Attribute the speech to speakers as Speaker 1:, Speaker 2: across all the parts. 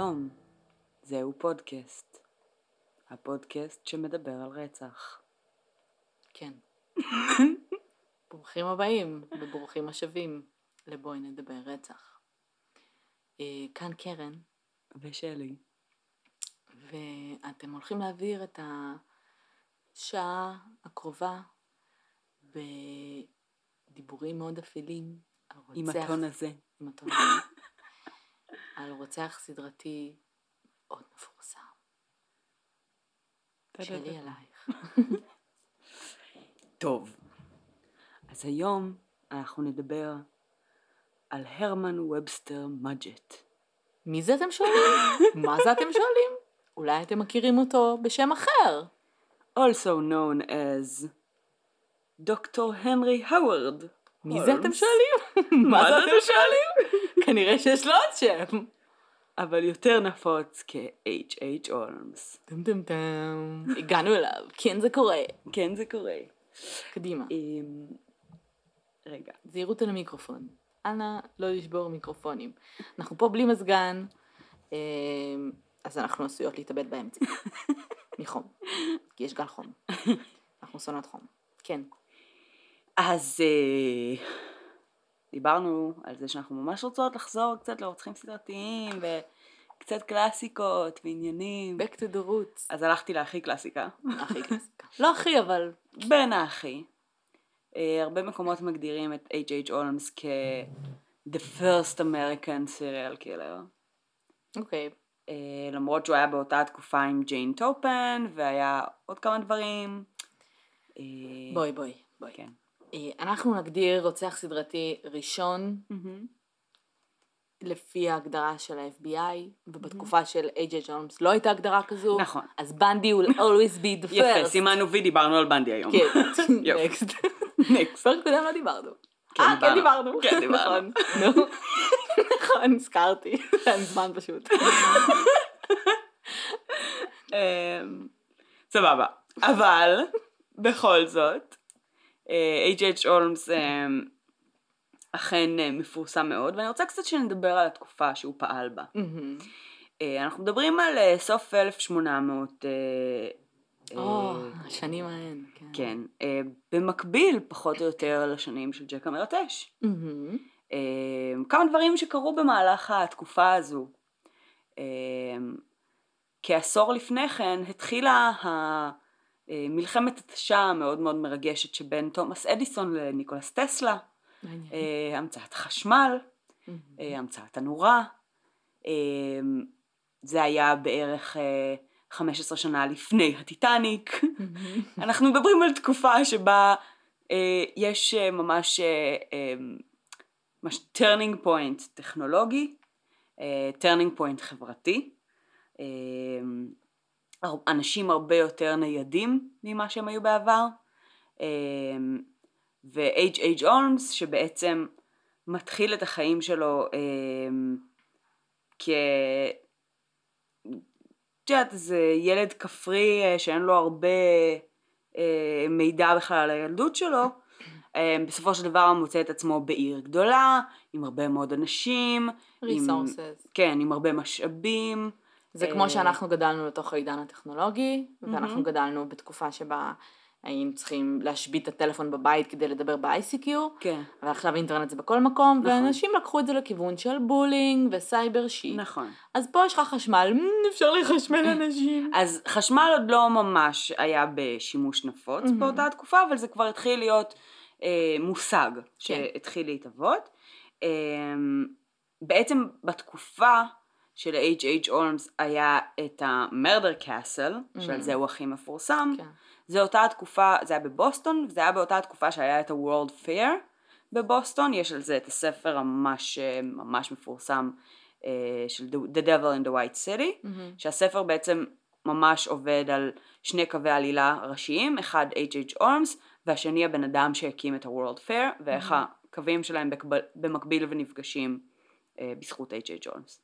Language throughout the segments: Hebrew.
Speaker 1: שלום, זהו פודקאסט. הפודקאסט שמדבר על רצח.
Speaker 2: כן. ברוכים הבאים וברוכים השבים לבואי נדבר רצח. כאן קרן.
Speaker 1: ושלי.
Speaker 2: ואתם הולכים להעביר את השעה הקרובה בדיבורים מאוד אפלים על רוצח.
Speaker 1: עם הטון הזה.
Speaker 2: עם הטון הזה. על רוצח סדרתי מאוד מפורסם. שלי עלייך.
Speaker 1: טוב, אז היום אנחנו נדבר על הרמן ובסטר מג'ט.
Speaker 2: מי זה אתם שואלים? מה זה אתם שואלים? אולי אתם מכירים אותו בשם אחר.
Speaker 1: Also known as דוקטור הנרי האוורד.
Speaker 2: מי זה אתם שואלים? מה זה אתם שואלים? כנראה שיש לו עוד שם.
Speaker 1: אבל יותר נפוץ כ-H.H. הולמס.
Speaker 2: טם טם טם. הגענו אליו. כן זה קורה.
Speaker 1: כן זה קורה.
Speaker 2: קדימה.
Speaker 1: רגע.
Speaker 2: זהירות על המיקרופון. אנא לא לשבור מיקרופונים. אנחנו פה בלי מזגן. אז אנחנו עשויות להתאבד באמצע. מחום. כי יש גל חום. אנחנו שונאות חום. כן.
Speaker 1: אז דיברנו על זה שאנחנו ממש רוצות לחזור קצת לרוצחים סדרתיים וקצת קלאסיקות ועניינים.
Speaker 2: Back to the roots.
Speaker 1: אז הלכתי להכי קלאסיקה.
Speaker 2: הכי קלאסיקה. לא הכי, אבל...
Speaker 1: בין הכי. הרבה מקומות מגדירים את H.H. הולמס כ-the first American serial killer.
Speaker 2: אוקיי.
Speaker 1: למרות שהוא היה באותה תקופה עם ג'יין טופן והיה עוד כמה דברים.
Speaker 2: בואי.
Speaker 1: כן.
Speaker 2: אנחנו נגדיר רוצח סדרתי ראשון לפי ההגדרה של ה-FBI, ובתקופה של H.H. הולמס לא הייתה הגדרה כזו.
Speaker 1: נכון.
Speaker 2: אז בנדי will always be the first.
Speaker 1: יפה, סימנו דיברנו על בנדי היום.
Speaker 2: כן, נקסט. פרק קודם לא דיברנו. כן דיברנו. נכון, הזכרתי. זה זמן פשוט.
Speaker 1: סבבה. אבל, בכל זאת, H.H. הולמס אכן מפורסם מאוד, ואני רוצה קצת שנדבר על התקופה שהוא פעל בה. אנחנו מדברים על סוף 1800.
Speaker 2: השנים ההן.
Speaker 1: כן. במקביל, פחות או יותר, לשנים של ג'ק המרטש. כמה דברים שקרו במהלך התקופה הזו. כעשור לפני כן התחילה מלחמת התשה המאוד מאוד מרגשת שבין תומאס אדיסון לניקולס טסלה. המצאת החשמל, המצאת הנורה. זה היה בערך 15 שנה לפני הטיטניק. אנחנו מדברים על תקופה שבה יש ממש turning point טכנולוגי, turning point חברתי. אנשים הרבה יותר ניידים ממה שהם היו בעבר. ו-H.H. הולמס שבעצם מתחיל את החיים שלו זה ילד כפרי שאין לו הרבה מידע בכלל על הילדות שלו. בסופו של דבר מוצא את עצמו בעיר גדולה, עם הרבה מאוד אנשים.
Speaker 2: resources.
Speaker 1: כן, עם הרבה משאבים.
Speaker 2: זה כמו שאנחנו גדלנו לתוך העידן הטכנולוגי, ואנחנו גדלנו בתקופה שבה היינו צריכים להשבית את הטלפון בבית כדי לדבר ב-ICQ,
Speaker 1: כן.
Speaker 2: ועכשיו אינטרנט זה בכל מקום, ואנשים לקחו את זה לכיוון של בולינג וסייבר שיט.
Speaker 1: נכון.
Speaker 2: אז פה יש לך חשמל, אפשר לחשמל אנשים.
Speaker 1: אז חשמל עוד לא ממש היה בשימוש נפוץ באותה תקופה, אבל זה כבר התחיל להיות מושג שהתחיל להתהוות. בעצם בתקופה של H.H. הולמס היה את המרדר קאסל, שעל זה הוא הכי מפורסם. זה אותה התקופה, זה היה בבוסטון, וזה היה באותה התקופה שהיה את ה-World Fair בבוסטון. יש על זה את הספר ממש מפורסם של The Devil in the White City, שהספר בעצם ממש עובד על שני קווי עלילה ראשיים, אחד H.H. הולמס, והשני הבן אדם שהקים את ה-World Fair, ואיך הקווים שלהם במקביל ונפגשים בזכות H.H. הולמס.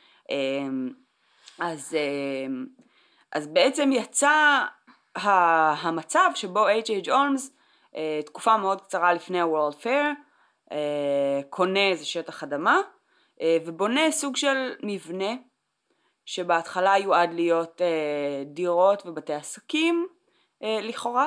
Speaker 1: אז בעצם יצא המצב שבו H.H. הולמס, תקופה מאוד קצרה לפני ה-World Fair, קונה איזה שטח אדמה, ובונה סוג של מבנה שבהתחלה יועד להיות דירות ובתי עסקים לכאורה,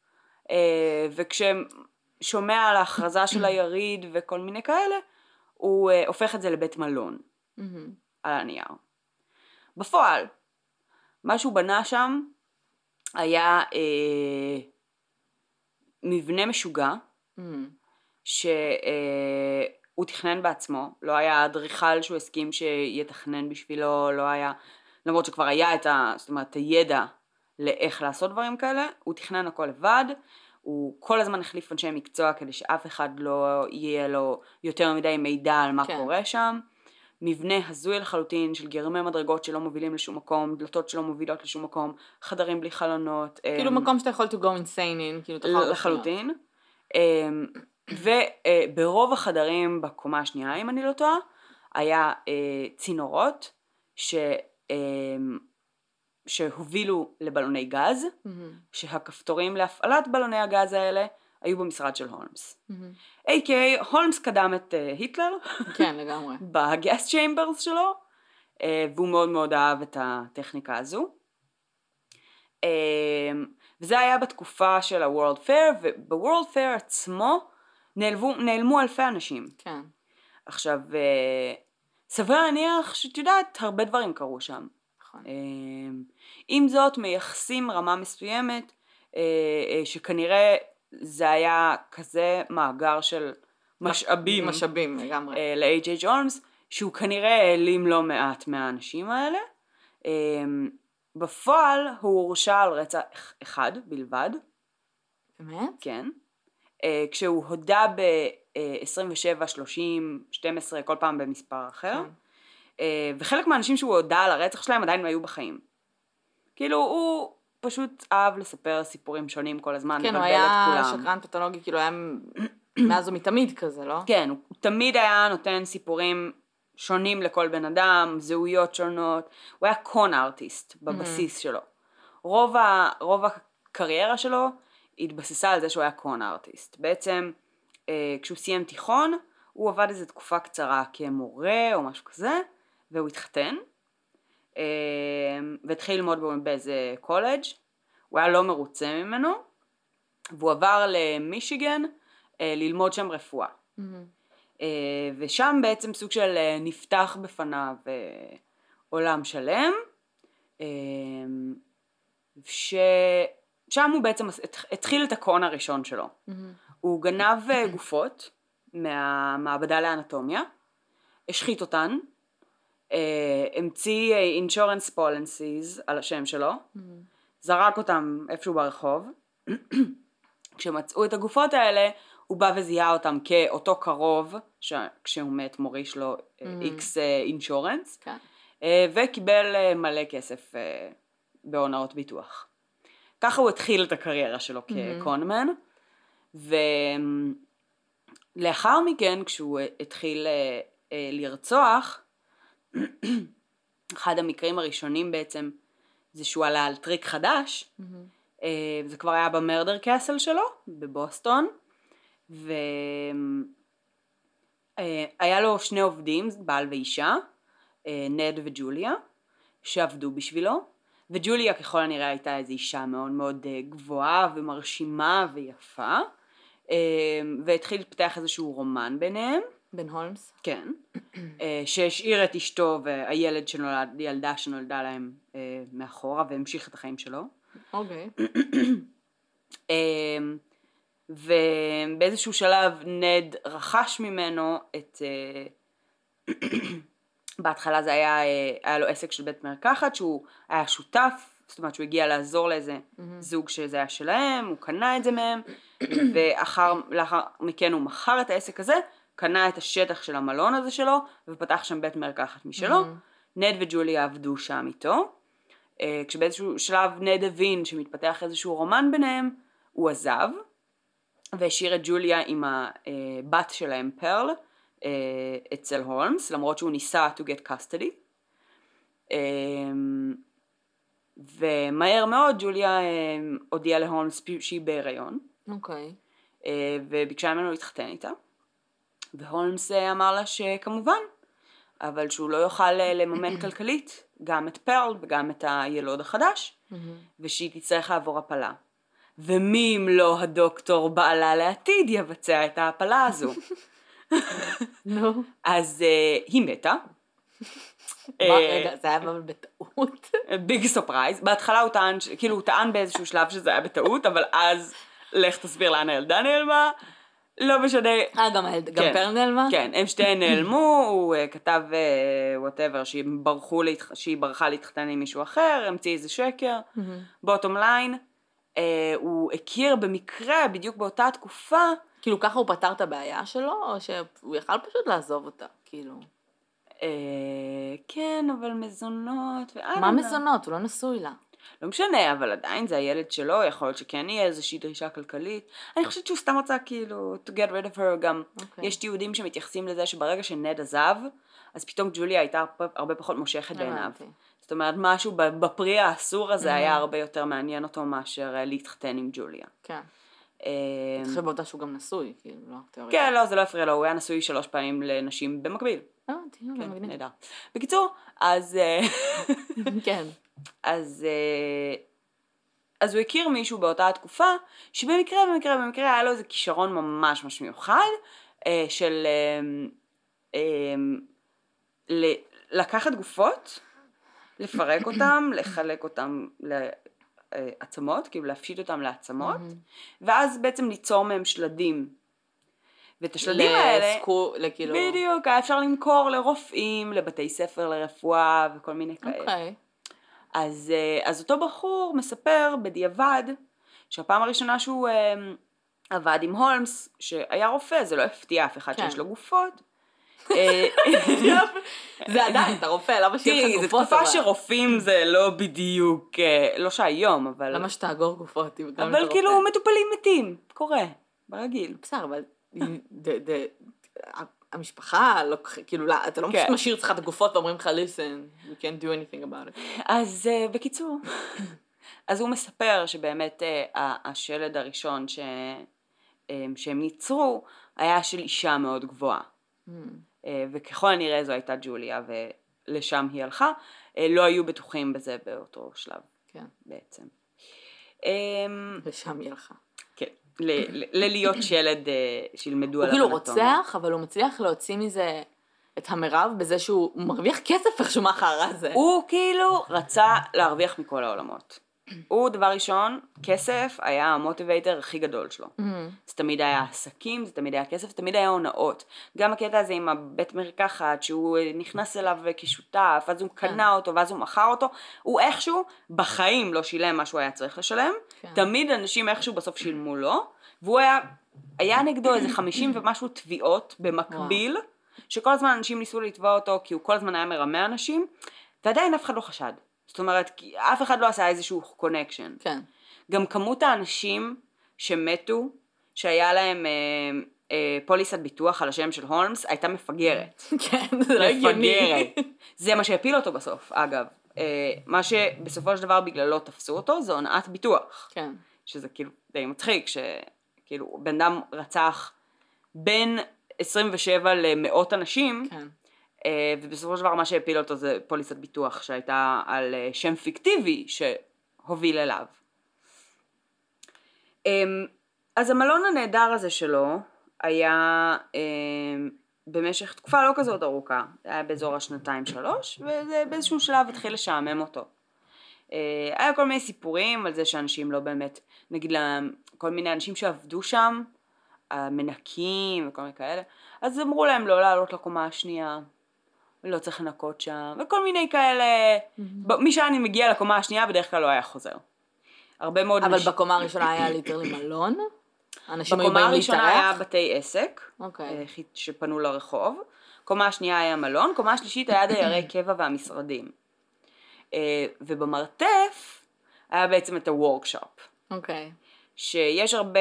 Speaker 1: וכששומע על ההכרזה של היריד וכל מיני כאלה, הוא הופך את זה לבית מלון על הנייר. בפועל, מה שהוא בנה שם היה מבנה משוגע, שהוא תכנן בעצמו, לא היה אדריכל שהוא הסכים שיתכנן בשבילו, לא היה, למרות שכבר היה זאת אומרת, הידע לאיך לעשות דברים כאלה, הוא תכנן הכל לבד, הוא כל הזמן החליף אנשי מקצוע כדי שאף אחד לא יהיה לו יותר מדי מידע על מה קורה שם, מבנה הזוי לחלוטין של גרמי מדרגות שלא מובילים לשום מקום, דלתות שלא מובילות לשום מקום, חדרים בלי חלונות.
Speaker 2: כאילו מקום שאתה יכול to go insane in, כאילו תחר
Speaker 1: לחלוטין. וברוב החדרים בקומה השנייה, אם אני לא טועה, היה צינורות שהובילו לבלוני גז, שהכפתורים להפעלת בלוני הגז האלה היו במשרד של הולמס. A.K. הולמס קדם את היטלר.
Speaker 2: כן, לגמרי.
Speaker 1: בגס צ'יימברס שלו, והוא מאוד מאוד אהב את הטכניקה הזו. וזה היה בתקופה של ה-World Fair, וב-World Fair עצמו נעלמו אלפי אנשים.
Speaker 2: כן.
Speaker 1: עכשיו, סביר להניח שאת יודעת, הרבה דברים קרו שם.
Speaker 2: נכון.
Speaker 1: עם זאת, מייחסים רמה מסוימת, שכנראה זה היה כזה מאגר של משאבים.
Speaker 2: משאבים, לגמרי.
Speaker 1: ל-H.H. הולמס, שהוא כנראה העלים לא מעט מהאנשים האלה. בפועל הוא הורשע על רצח אחד בלבד.
Speaker 2: באמת?
Speaker 1: כן. כשהוא הודה ב-27, 30, 12, כל פעם במספר אחר. כן. וחלק מהאנשים שהוא הודה על הרצח שלהם עדיין היו בחיים. כאילו הוא פשוט אהב לספר סיפורים שונים כל הזמן.
Speaker 2: כן, הוא היה שקרן פתולוגי, כאילו היה מאז ומתמיד כזה, לא?
Speaker 1: כן, הוא תמיד היה נותן סיפורים שונים לכל בן אדם, זהויות שונות, הוא היה קון ארטיסט בבסיס שלו. רוב הקריירה שלו התבססה על זה שהוא היה קון ארטיסט. בעצם כשהוא סיים תיכון, הוא עבד איזו תקופה קצרה כמורה או משהו כזה, והוא התחתן, והתחיל ללמוד באיזה קולג', הוא היה לא מרוצה ממנו, והוא עבר למישיגן ללמוד שם רפואה. ושם בעצם סוג של נפתח בפניו עולם שלם, ששם הוא בעצם התחיל את הקון הראשון שלו. הוא גנב גופות מהמעבדה לאנטומיה, השחית אותן, המציא insurance policies על השם שלו, זרק אותם איפשהו ברחוב, כשמצאו את הגופות האלה, הוא בא וזיהה אותם כאותו קרוב, כשהוא מת מוריש לו X insurance, וקיבל מלא כסף בהונאות ביטוח. ככה הוא התחיל את הקריירה שלו כקונמן, ולאחר מכן, כשהוא התחיל לרצוח, אחד המקרים הראשונים בעצם, זה שהוא עלה על טריק חדש, זה כבר היה במרדר קאסל שלו, בבוסטון, והיה לו שני עובדים, בעל ואישה, נד וג'וליה, שעבדו בשבילו, וג'וליה ככל הנראה הייתה איזו אישה מאוד מאוד גבוהה ומרשימה ויפה, והתחיל לפתח איזשהו רומן ביניהם.
Speaker 2: בין הולמס?
Speaker 1: כן. שהשאיר את אשתו והילד שנולד, ילדה שנולדה להם מאחורה, והמשיך את החיים שלו.
Speaker 2: אוקיי.
Speaker 1: ובאיזשהו שלב נד רכש ממנו את, בהתחלה זה היה לו עסק של בית מרקחת, שהוא היה שותף, זאת אומרת שהוא הגיע לעזור לאיזה זוג שזה היה שלהם, הוא קנה את זה מהם, לאחר מכן הוא מכר את העסק הזה, קנה את השטח של המלון הזה שלו, ופתח שם בית מרקחת משלו. נד וג'וליה עבדו שם איתו, כשבאיזשהו שלב נד הבין שמתפתח איזשהו רומן ביניהם, הוא עזב, והשאיר את ג'וליה עם הבת שלהם פרל, אצל הולמס, למרות שהוא ניסה to get custody. ומהר מאוד ג'וליה הודיעה להולמס שהיא בהיריון.
Speaker 2: אוקיי.
Speaker 1: וביקשה ממנו להתחתן איתה. והולמס אמר לה שכמובן, אבל שהוא לא יוכל לממן כלכלית גם את פרל וגם את הילוד החדש, ושהיא תצטרך לעבור הפלה. ומי אם לא הדוקטור בעלה לעתיד יבצע את ההפלה הזו. אז היא מתה.
Speaker 2: רגע, זה היה אבל בטעות.
Speaker 1: ביג סופרייז. בהתחלה הוא טען, כאילו הוא טען באיזשהו שלב שזה היה בטעות, אבל אז לך תסביר לאן הילדה נעלמה. לא משנה.
Speaker 2: גם פרל נעלמה?
Speaker 1: כן, הם שתיהן נעלמו, הוא כתב whatever, שהיא ברחה להתחתן עם מישהו אחר, המציא איזה שקר. בוטום ליין, הוא הכיר במקרה בדיוק באותה תקופה.
Speaker 2: כאילו ככה הוא פתר את הבעיה שלו, או שהוא יכל פשוט לעזוב אותה, כאילו?
Speaker 1: כן, אבל מזונות.
Speaker 2: מה מזונות? הוא לא נשוי לה.
Speaker 1: לא משנה, אבל עדיין זה הילד שלו, יכול להיות שכן יהיה איזושהי דרישה כלכלית. אני חושבת שהוא סתם רצה כאילו to get rid of her. גם יש תיעודים שמתייחסים לזה שברגע שנד עזב, אז פתאום ג'וליה הייתה הרבה פחות מושכת בעיניו. זאת אומרת, משהו בפרי האסור הזה היה הרבה יותר מעניין אותו מאשר להתחתן עם ג'וליה.
Speaker 2: כן. תחשב באותה שהוא גם נשוי, כאילו, לא תיאוריה.
Speaker 1: כן, לא, זה לא הפריע לו, הוא היה נשוי 3 פעמים לנשים במקביל.
Speaker 2: כן,
Speaker 1: נהדר. בקיצור, אז...
Speaker 2: כן.
Speaker 1: אז הוא הכיר מישהו באותה התקופה, שבמקרה היה לו איזה כישרון ממש מיוחד, של לקחת גופות, לפרק אותם, לחלק אותם לעצמות, כאילו להפשיט אותם לעצמות, ואז בעצם ליצור מהם שלדים. ואת השלדים האלה, בדיוק, היה אפשר למכור לרופאים, לבתי ספר לרפואה וכל מיני כאלה.
Speaker 2: אוקיי.
Speaker 1: אז אותו בחור מספר בדיעבד שהפעם הראשונה שהוא עבד עם הולמס, שהיה רופא, זה לא הפתיע אף אחד שיש לו גופות.
Speaker 2: זה עדיין, אתה רופא, למה שיהיה לך גופות?
Speaker 1: זו תקופה שרופאים זה לא בדיוק, לא שהיום, אבל...
Speaker 2: למה שתאגור גופות?
Speaker 1: אבל כאילו מטופלים מתים, קורה, ברגיל.
Speaker 2: בסדר, אבל המשפחה, כאילו, אתה לא משאיר אצלך את הגופות ואומרים לך, listen, you can't do anything about it.
Speaker 1: אז בקיצור, אז הוא מספר שבאמת השלד הראשון שהם ייצרו היה של אישה מאוד גבוהה. וככל הנראה זו הייתה ג'וליה ולשם היא הלכה. לא היו בטוחים בזה באותו שלב.
Speaker 2: כן.
Speaker 1: בעצם.
Speaker 2: לשם היא הלכה.
Speaker 1: כן. ללהיות שלד שילמדו עליו.
Speaker 2: הוא כאילו רוצח, אבל הוא מצליח להוציא מזה את המרב בזה שהוא מרוויח כסף איכשהו מאחר הזה.
Speaker 1: הוא כאילו רצה להרוויח מכל העולמות. הוא דבר ראשון, כסף היה המוטיבייטר הכי גדול שלו. זה תמיד היה עסקים, זה תמיד היה כסף, זה תמיד היה הונאות. גם הקטע הזה עם הבית מרקחת, שהוא נכנס אליו כשותף, אז הוא קנה אותו, ואז הוא מכר אותו, הוא איכשהו בחיים לא שילם מה שהוא היה צריך לשלם, תמיד אנשים איכשהו בסוף שילמו לו, והוא היה נגדו איזה 50 ומשהו תביעות במקביל, שכל הזמן אנשים ניסו לתבוע אותו, כי הוא כל הזמן היה מרמה אנשים, ועדיין אף אחד לא חשד. זאת אומרת, כי אף אחד לא עשה איזשהו קונקשן.
Speaker 2: כן.
Speaker 1: גם כמות האנשים שמתו, שהיה להם פוליסת ביטוח על השם של הולמס, הייתה מפגרת.
Speaker 2: כן, זה לא הגיוני.
Speaker 1: זה מה שהפיל אותו בסוף, אגב. מה שבסופו של דבר בגללו תפסו אותו, זה הונאת ביטוח.
Speaker 2: כן.
Speaker 1: שזה כאילו די מצחיק, שכאילו בן אדם רצח בין 27 למאות אנשים,
Speaker 2: כן.
Speaker 1: ובסופו של דבר מה שהפיל אותו זה פוליסת ביטוח שהייתה על שם פיקטיבי שהוביל אליו. אז המלון הנהדר הזה שלו היה במשך תקופה לא כזאת ארוכה, היה באזור 2-3, וזה באיזשהו שלב התחיל לשעמם אותו. היה כל מיני סיפורים על זה שאנשים לא באמת, נגיד כל מיני אנשים שעבדו שם, המנקים וכל מיני כאלה, אז אמרו להם לא לעלות לקומה השנייה, לא צריך לנקות שם, וכל מיני כאלה, מי שאני מגיע לקומה השנייה בדרך כלל לא היה חוזר. הרבה מאוד
Speaker 2: אבל בקומה הראשונה היה ליטרלי מלון?
Speaker 1: בקומה הראשונה היה בתי עסק,
Speaker 2: אוקיי.
Speaker 1: שפנו לרחוב, קומה השנייה היה מלון, קומה השלישית היה דיירי קבע והמשרדים. ובמרתף היה בעצם את הוורקשופ.
Speaker 2: אוקיי.
Speaker 1: שיש הרבה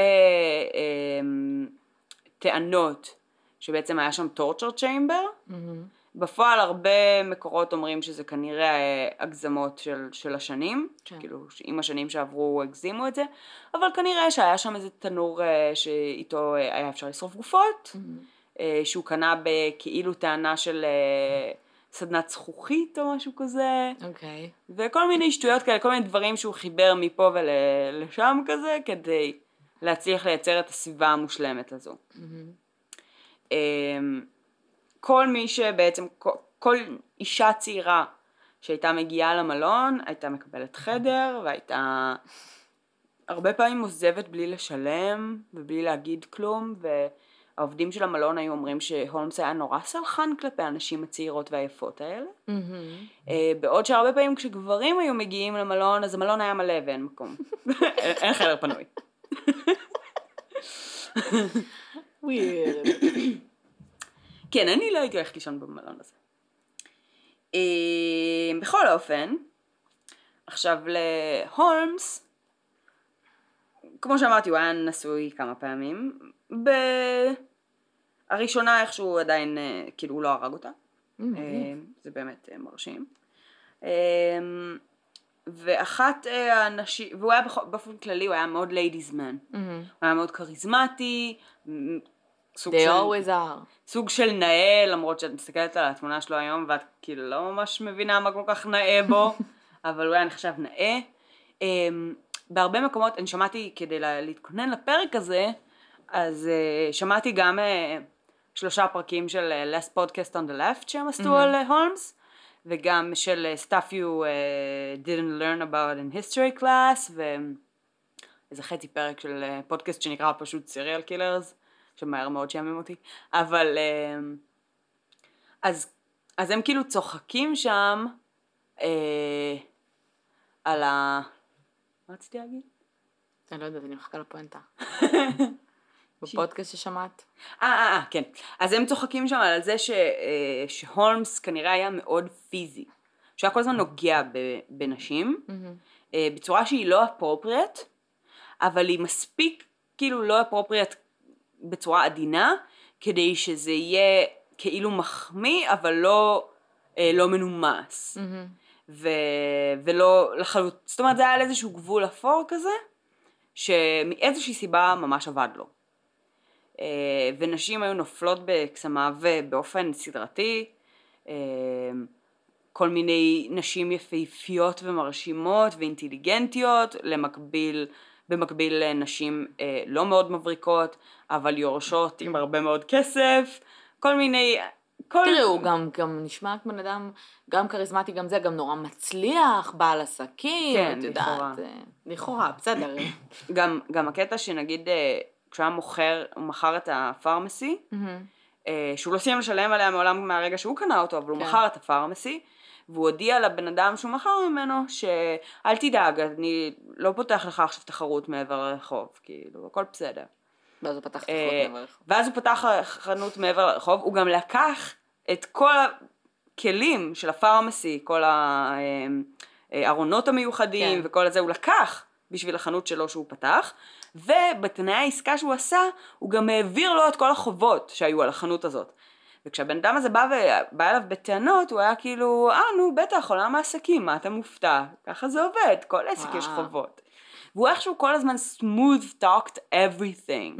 Speaker 1: טענות שבעצם היה שם טורצ'ר צ'יימבר, בפועל הרבה מקורות אומרים שזה כנראה הגזמות של השנים, כאילו עם השנים שעברו הגזימו את זה, אבל כנראה שהיה שם איזה תנור שאיתו היה אפשר לשרוף גופות, שהוא קנה בכאילו טענה של סדנת זכוכית או משהו כזה.
Speaker 2: אוקיי.
Speaker 1: וכל מיני שטויות כאלה, כל מיני דברים שהוא חיבר מפה ולשם כזה, כדי להצליח לייצר את הסביבה המושלמת הזו. כל מי שבעצם, כל אישה צעירה שהייתה מגיעה למלון, הייתה מקבלת חדר, והייתה הרבה פעמים עוזבת בלי לשלם, ובלי להגיד כלום, והעובדים של המלון היו אומרים שהולמס היה נורא סלחן כלפי הנשים הצעירות והיפות האלה. בעוד שהרבה פעמים כשגברים היו מגיעים למלון, אז המלון היה מלא ואין מקום. אין חדר פנוי.
Speaker 2: ווירד.
Speaker 1: כן, אני לא הייתי הולכת לישון במלון הזה. בכל אופן, עכשיו להולמס, כמו שאמרתי, הוא היה נשוי כמה פעמים. הראשונה איכשהו עדיין, כאילו הוא לא הרג אותה. זה באמת מרשים. ואחת הנשים, והוא היה באופן כללי, הוא היה מאוד ladies man. הוא היה מאוד כריזמטי,
Speaker 2: They always are.
Speaker 1: סוג של נאה, למרות שאת מסתכלת על התמונה שלו היום, ואת כאילו לא ממש מבינה מה כל כך נאה בו, אבל הוא היה נחשב נאה. בהרבה מקומות, אני שמעתי כדי להתכונן לפרק הזה, אז שמעתי גם 3 פרקים של Last Podcast on the Left שהם עשו על הולמס, וגם של Stuff You Didn't Learn About in History Class, ואיזה חצי פרק של פודקאסט שנקרא פשוט Serial Killers, שמהר מאוד שיאמם אותי, אבל אז הם כאילו צוחקים שם על מה רציתי להגיד?
Speaker 2: אני לא יודעת, אני מחכה לפואנטה. בפודקאסט ששמעת?
Speaker 1: כן. אז הם צוחקים שם על זה שהולמס כנראה היה מאוד פיזי. שהיה כל הזמן נוגע בנשים, בצורה שהיא לא אפרופריאט, אבל היא מספיק כאילו לא אפרופריאט בצורה עדינה, כדי שזה יהיה כאילו מחמיא, אבל לא מנומס. ולא לחלוט, זאת אומרת זה היה על איזשהו גבול אפור כזה, שמאיזושהי סיבה ממש עבד לו. ונשים היו נופלות בקסמיו באופן סדרתי, כל מיני נשים יפהפיות ומרשימות ואינטליגנטיות, במקביל לנשים לא מאוד מבריקות, אבל יורשות עם הרבה מאוד כסף, כל מיני...
Speaker 2: תראו, גם נשמע כמו אדם, גם כריזמטי, גם זה, גם נורא מצליח, בעל עסקים,
Speaker 1: כן,
Speaker 2: את יודעת, לכאורה, בסדר.
Speaker 1: גם הקטע שנגיד, כשהוא מכר את הפארמסי, שהוא לא סיים לשלם עליה מעולם מהרגע שהוא קנה אותו, אבל הוא מכר את הפארמסי, והוא הודיע לבן אדם שהוא מכר ממנו, שאל תדאג, אני לא פותח לך עכשיו תחרות מעבר לרחוב, כאילו, הכל בסדר.
Speaker 2: ואז הוא פתח תחרות מעבר לרחוב.
Speaker 1: ואז הוא פתח חנות מעבר לרחוב, הוא גם לקח את כל הכלים של הפארמסי, כל הארונות המיוחדים וכל הזה, הוא לקח בשביל החנות שלו שהוא פתח, ובתנאי העסקה שהוא עשה, הוא גם העביר לו את כל החובות שהיו על החנות הזאת. וכשהבן אדם הזה בא אליו בטענות, הוא היה כאילו, נו בטח, עולם העסקים, מה אתה מופתע? ככה זה עובד, כל עסק יש חובות. והוא איכשהו כל הזמן smooth talked everything.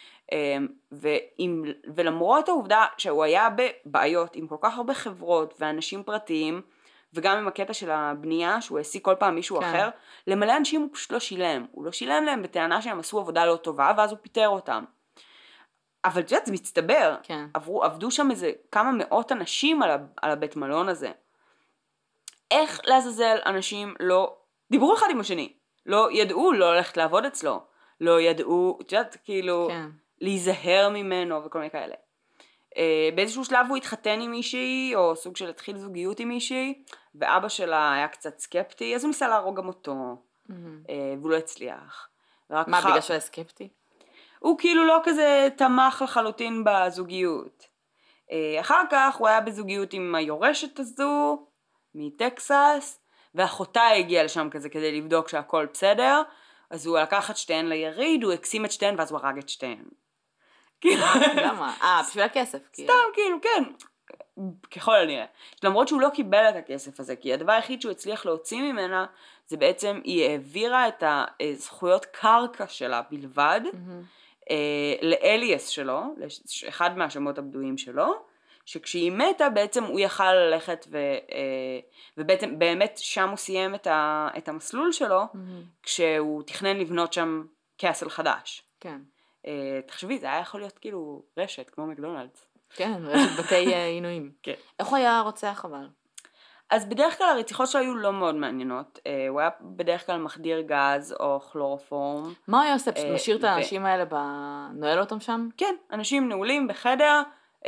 Speaker 1: ולמרות העובדה שהוא היה בבעיות עם כל כך הרבה חברות ואנשים פרטיים, וגם עם הקטע של הבנייה, שהוא העסיק כל פעם מישהו אחר, למלא אנשים הוא פשוט לא שילם. הוא לא שילם להם בטענה שהם עשו עבודה לא טובה, ואז הוא פיטר אותם. אבל את יודעת, זה מצטבר. עבדו שם איזה כמה מאות אנשים על הבית מלון הזה. איך לעזאזל אנשים לא דיברו אחד עם השני? לא ידעו לא ללכת לעבוד אצלו, לא ידעו, את יודעת, כאילו, להיזהר ממנו וכל מיני כאלה. באיזשהו שלב הוא התחתן עם מישהי, או סוג של התחיל זוגיות עם מישהי, ואבא שלה היה קצת סקפטי, אז הוא ניסה להרוג גם אותו, והוא לא הצליח.
Speaker 2: מה, בגלל שהוא היה סקפטי?
Speaker 1: הוא כאילו לא כזה תמך לחלוטין בזוגיות. אחר כך הוא היה בזוגיות עם היורשת הזו, מטקסס, ואחותה הגיעה לשם כזה כדי לבדוק שהכל בסדר, אז הוא לקח את שתיהן ליריד, הוא הקסים את שתיהן ואז הוא הרג את שתיהן.
Speaker 2: למה? בשביל הכסף.
Speaker 1: סתם כאילו, כן. ככל הנראה. למרות שהוא לא קיבל את הכסף הזה, כי הדבר היחיד שהוא הצליח להוציא ממנה, זה בעצם היא העבירה את הזכויות קרקע שלה בלבד, לאליאס שלו, אחד מהשמות הבדויים שלו, שכשהיא מתה בעצם הוא יכל ללכת ובעצם באמת שם הוא סיים את המסלול שלו, כשהוא תכנן לבנות שם קאסל חדש.
Speaker 2: כן.
Speaker 1: תחשבי, זה היה יכול להיות כאילו רשת, כמו מקדונלדס.
Speaker 2: כן, רשת בתי עינויים.
Speaker 1: כן.
Speaker 2: איך הוא היה רוצח אבל?
Speaker 1: אז בדרך כלל הרציחות שלו היו לא מאוד מעניינות. הוא היה בדרך כלל מחדיר גז או כלורופורם.
Speaker 2: מה הוא היה עושה? פשוט משאיר את האנשים האלה, נועל אותם שם?
Speaker 1: כן, אנשים נעולים בחדר,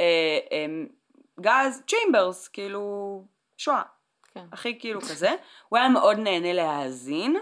Speaker 1: גז, צ'יימברס, כאילו שואה.
Speaker 2: כן.
Speaker 1: הכי כאילו כזה. הוא היה מאוד נהנה להאזין.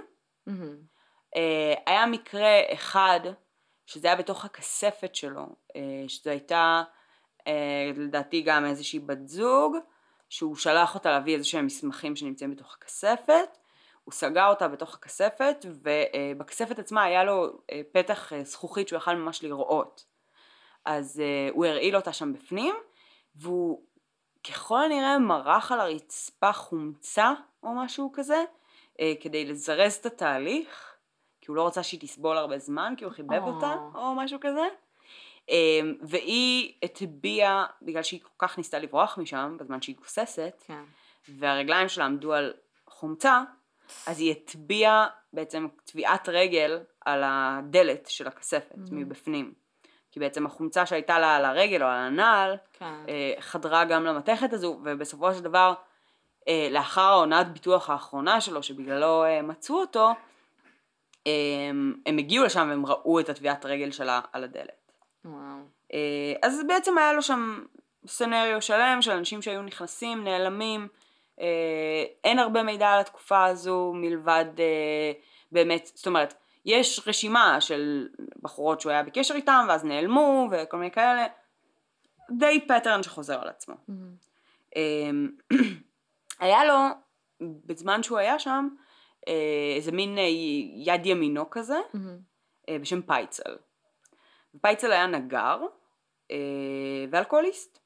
Speaker 1: היה מקרה אחד, שזה היה בתוך הכספת שלו, שזו הייתה לדעתי גם איזושהי בת זוג, שהוא שלח אותה להביא איזה שהם מסמכים שנמצאים בתוך הכספת, הוא סגר אותה בתוך הכספת, ובכספת עצמה היה לו פתח זכוכית שהוא יכל ממש לראות. אז הוא הרעיל אותה שם בפנים, והוא ככל הנראה מרח על הרצפה חומצה או משהו כזה, כדי לזרז את התהליך, כי הוא לא רוצה שהיא תסבול הרבה זמן, כי הוא חיבב אותה או משהו כזה. והיא הטביעה, בגלל שהיא כל כך ניסתה לברוח משם, בזמן שהיא גוססת,
Speaker 2: כן.
Speaker 1: והרגליים שלה עמדו על חומצה, אז היא הטביעה בעצם טביעת רגל על הדלת של הכספת מבפנים. כי בעצם החומצה שהייתה לה על הרגל או על הנעל, חדרה גם למתכת הזו, ובסופו של דבר, לאחר העונת ביטוח האחרונה שלו, שבגללו מצאו אותו, הם הגיעו לשם והם ראו את הטביעת רגל שלה על הדלת. אז בעצם היה לו שם סנריו שלם של אנשים שהיו נכנסים, נעלמים, אין הרבה מידע על התקופה הזו מלבד באמת, זאת אומרת, יש רשימה של בחורות שהוא היה בקשר איתם ואז נעלמו וכל מיני כאלה, די פטרן שחוזר על עצמו. היה לו, בזמן שהוא היה שם, איזה מין יד ימינו כזה, בשם פייצל. פייצל היה נגר ואלכוהוליסט.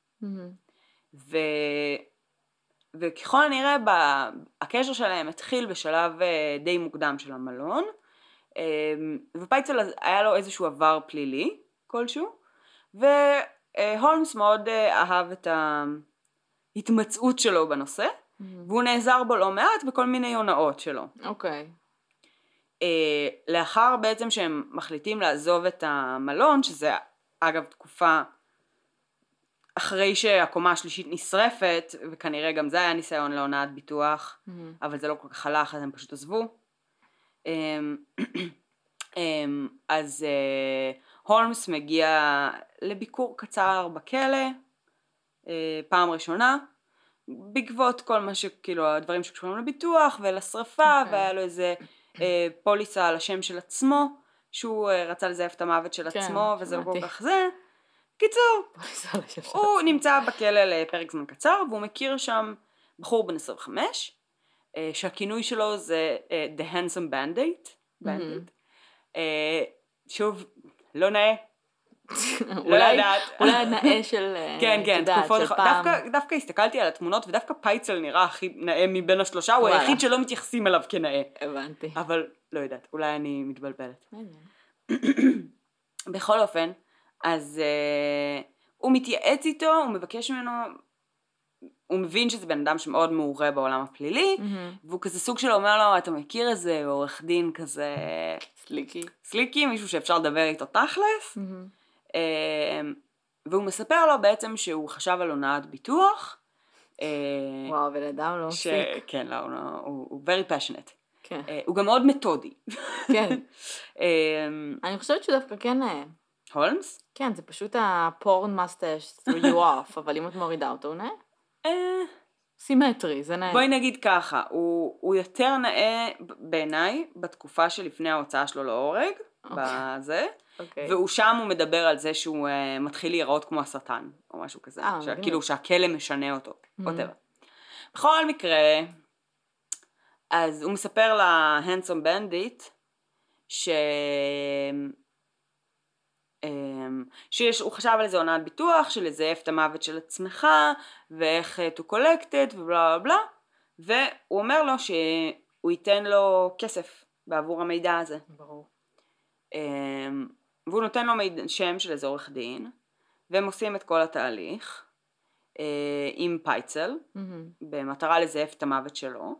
Speaker 1: וככל הנראה הקשר שלהם התחיל בשלב די מוקדם של המלון, ופייצל היה לו איזשהו עבר פלילי כלשהו, והולמס מאוד אהב את ההתמצאות שלו בנושא, והוא נעזר בו לא מעט בכל מיני הונאות שלו.
Speaker 2: אוקיי.
Speaker 1: לאחר בעצם שהם מחליטים לעזוב את המלון, שזה אגב תקופה אחרי שהקומה השלישית נשרפת, וכנראה גם זה היה ניסיון להונאת ביטוח, אבל זה לא כל כך הלך, אז הם פשוט עזבו. אז הולמס מגיע לביקור קצר בכלא, פעם ראשונה, בעקבות כל מה שכאילו הדברים שקשורים לביטוח ולשרפה, והיה לו איזה פוליסה על השם של עצמו, שהוא רצה לזייף את המוות של עצמו, וזה לא כל כך זה. קיצור, הוא נמצא בכלא לפרק זמן קצר, והוא מכיר שם בחור בן 25, שהכינוי שלו זה The Handsome Bandit. שוב, לא נאה.
Speaker 2: אולי הנאה של
Speaker 1: פעם. דווקא הסתכלתי על התמונות, ודווקא פייצל נראה הכי נאה מבין השלושה, הוא היחיד שלא מתייחסים אליו כנאה.
Speaker 2: הבנתי.
Speaker 1: אבל לא יודעת, אולי אני מתבלבלת. בכל אופן, אז הוא מתייעץ איתו, הוא מבקש ממנו, הוא מבין שזה בן אדם שמאוד מעורה בעולם הפלילי, והוא כזה סוג שלו אומר לו, אתה מכיר איזה עורך דין כזה סליקי, מישהו שאפשר לדבר איתו תכלס, והוא מספר לו בעצם שהוא חשב על הונאת ביטוח.
Speaker 2: וואו, בן אדם לא מפסיק.
Speaker 1: כן, לא, הוא very passionate. כן. הוא גם מאוד מתודי.
Speaker 2: כן. אני חושבת שדווקא כן
Speaker 1: הולמס?
Speaker 2: כן, זה פשוט הפורן מסטש threw you off, אבל אם את מורידה אותו, הוא נאה? סימטרי, זה נאה.
Speaker 1: בואי נגיד ככה, הוא יותר נאה בעיניי בתקופה שלפני ההוצאה שלו להורג, בזה, והוא שם הוא מדבר על זה שהוא מתחיל להיראות כמו השטן, או משהו כזה, כאילו שהכלא משנה אותו, בכל מקרה, אז הוא מספר להנדסום בנדיט, שהוא חשב על איזה הונאת ביטוח של לזייף את המוות של עצמך ואיך to collect it ובלה בלה, והוא אומר לו שהוא ייתן לו כסף בעבור המידע הזה.
Speaker 2: ברור.
Speaker 1: והוא נותן לו שם של איזה עורך דין, והם עושים את כל התהליך עם פייצל, במטרה לזייף את המוות שלו,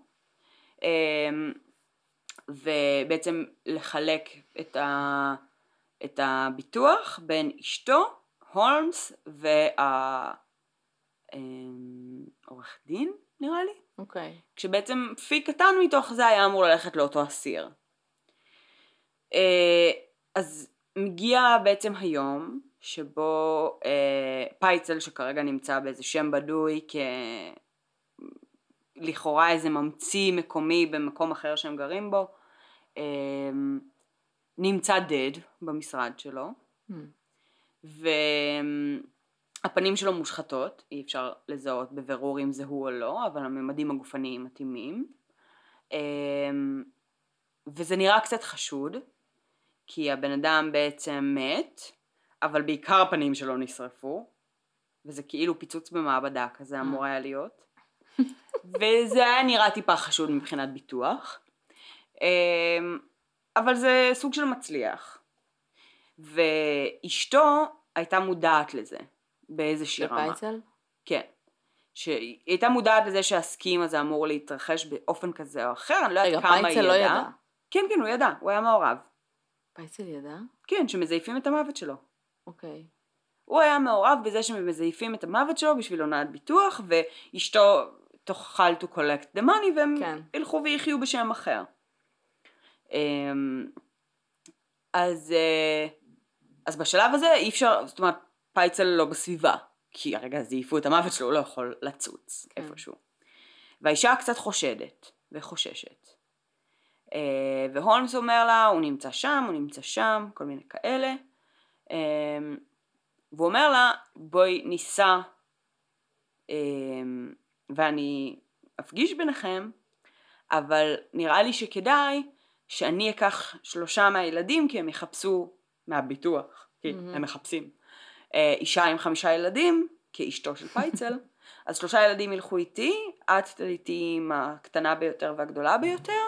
Speaker 1: ובעצם לחלק את הביטוח בין אשתו, הולמס, והעורך דין, נראה לי.
Speaker 2: אוקיי.
Speaker 1: כשבעצם פי קטן מתוך זה היה אמור ללכת לאותו אסיר. אז מגיע בעצם היום שבו פייצל, שכרגע נמצא באיזה שם בדוי לכאורה איזה ממציא מקומי במקום אחר שהם גרים בו, נמצא dead במשרד שלו, והפנים שלו מושחתות, אי אפשר לזהות בבירור אם זה הוא או לא, אבל הממדים הגופניים מתאימים, וזה נראה קצת חשוד, כי הבן אדם בעצם מת, אבל בעיקר הפנים שלו נשרפו, וזה כאילו פיצוץ במעבדה כזה אמור היה להיות, וזה היה נראה טיפה חשוד מבחינת ביטוח, אבל זה סוג של מצליח. ואשתו הייתה מודעת לזה באיזושהי רמה.
Speaker 2: לפייצל?
Speaker 1: כן. שהיא הייתה מודעת לזה שהסכים הזה אמור להתרחש באופן כזה או אחר, אני לא יודעת כמה היא ידעה.
Speaker 2: פייצל לא ידע?
Speaker 1: כן, הוא ידע, הוא היה מעורב.
Speaker 2: פייצל ידע?
Speaker 1: כן, שמזייפים את המוות שלו.
Speaker 2: אוקיי.
Speaker 1: הוא היה מעורב בזה שמזייפים את המוות שלו בשביל הונאת ביטוח, ואשתו תוכל to collect the money, והם ילכו ויחיו בשם אחר. אז בשלב הזה אי אפשר, זאת אומרת, פייצל לא בסביבה, כי הרגע זייפו את המוות שלו, הוא לא יכול לצוץ איפשהו. והאישה קצת חושדת וחוששת. והולמס אומר לה, הוא נמצא שם, כל מיני כאלה. והוא אומר לה, בואי ניסע ואני אפגיש ביניכם, אבל נראה לי שכדאי שאני אקח 3 מהילדים, כי הם יחפשו מהביטוח, כי הם מחפשים. אישה עם 5 ילדים, כאשתו של פייצל, אז 3 ילדים ילכו איתי, את איתי עם הקטנה ביותר והגדולה ביותר,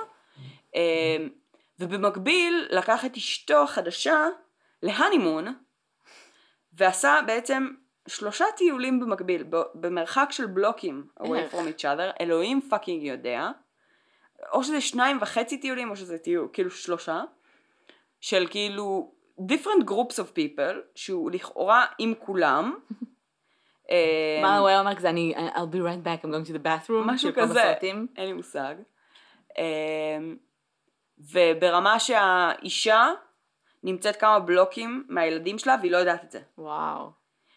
Speaker 1: ובמקביל לקח את אשתו החדשה להנימון, ועשה בעצם 3 טיולים במקביל, במרחק של בלוקים away from each other, אלוהים פאקינג יודע, או שזה 2.5 טיולים, או שזה כאילו 3, של כאילו different groups of people, שהוא לכאורה עם כולם.
Speaker 2: מה הוא היה אומר כזה, I'll be right back, I'm going to the bathroom,
Speaker 1: משהו כזה, אין לי מושג. וברמה שהאישה נמצאת כמה בלוקים מהילדים שלה, והיא לא יודעת את זה.
Speaker 2: וואו.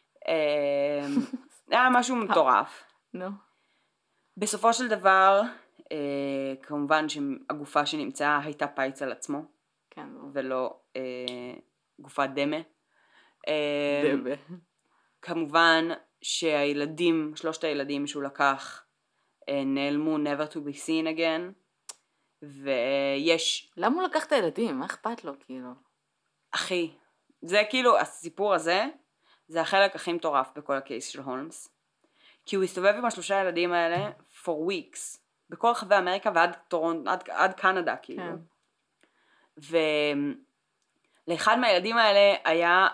Speaker 1: היה משהו מטורף.
Speaker 2: נו.
Speaker 1: בסופו של דבר, כמובן שהגופה שנמצאה הייתה פייצל עצמו,
Speaker 2: כן.
Speaker 1: ולא גופת דמה.
Speaker 2: דמה.
Speaker 1: כמובן שהילדים, 3 הילדים שהוא לקח, נעלמו never to be seen again, ויש...
Speaker 2: למה הוא לקח את הילדים? מה אכפת לו כאילו?
Speaker 1: אחי, זה כאילו, הסיפור הזה, זה החלק הכי מטורף בכל הקייס של הולמס, כי הוא הסתובב עם 3 הילדים האלה for weeks, בכל רחבי אמריקה ועד עד קנדה כאילו. כן. ולאחד מהילדים האלה היה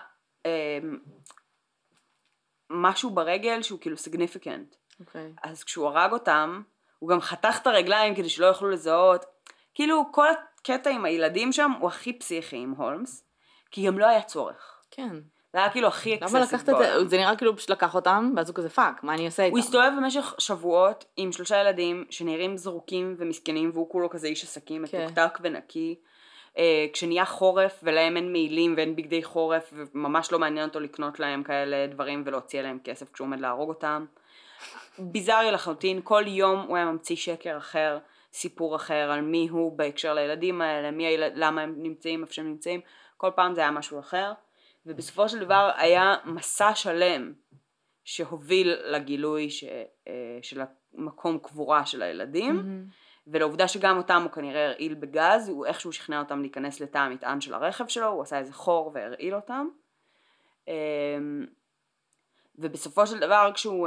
Speaker 1: משהו ברגל שהוא כאילו significant.
Speaker 2: אוקיי.
Speaker 1: אז כשהוא הרג אותם, הוא גם חתך את הרגליים כדי שלא יוכלו לזהות. כאילו כל הקטע עם הילדים שם הוא הכי פסיכי עם הולמס, כי גם לא היה צורך.
Speaker 2: כן.
Speaker 1: זה היה כאילו הכי אקססיב.
Speaker 2: למה לקחת את זה? זה נראה כאילו פשוט לקח אותם, ואז הוא כזה פאק, מה אני אעשה איתם?
Speaker 1: הוא הסתובב במשך שבועות עם 3 ילדים שנראים זרוקים ומסכנים, והוא כולו כזה איש עסקים, מתוקתק ונקי. כשנהיה חורף ולהם אין מעילים ואין בגדי חורף, וממש לא מעניין אותו לקנות להם כאלה דברים ולהוציא להם כסף כשהוא עומד להרוג אותם. ביזארי לחלוטין, כל יום הוא היה ממציא שקר אחר, סיפור אחר על מי הוא בהקשר לילדים האלה, למה הם נמצאים איפה שהם נמצאים, כל פעם זה היה משהו אחר. ובסופו של דבר היה מסע שלם שהוביל לגילוי של המקום קבורה של הילדים, ולעובדה שגם אותם הוא כנראה הרעיל בגז, הוא איכשהו שכנע אותם להיכנס לתא המטען של הרכב שלו, הוא עשה איזה חור והרעיל אותם. ובסופו של דבר כשהוא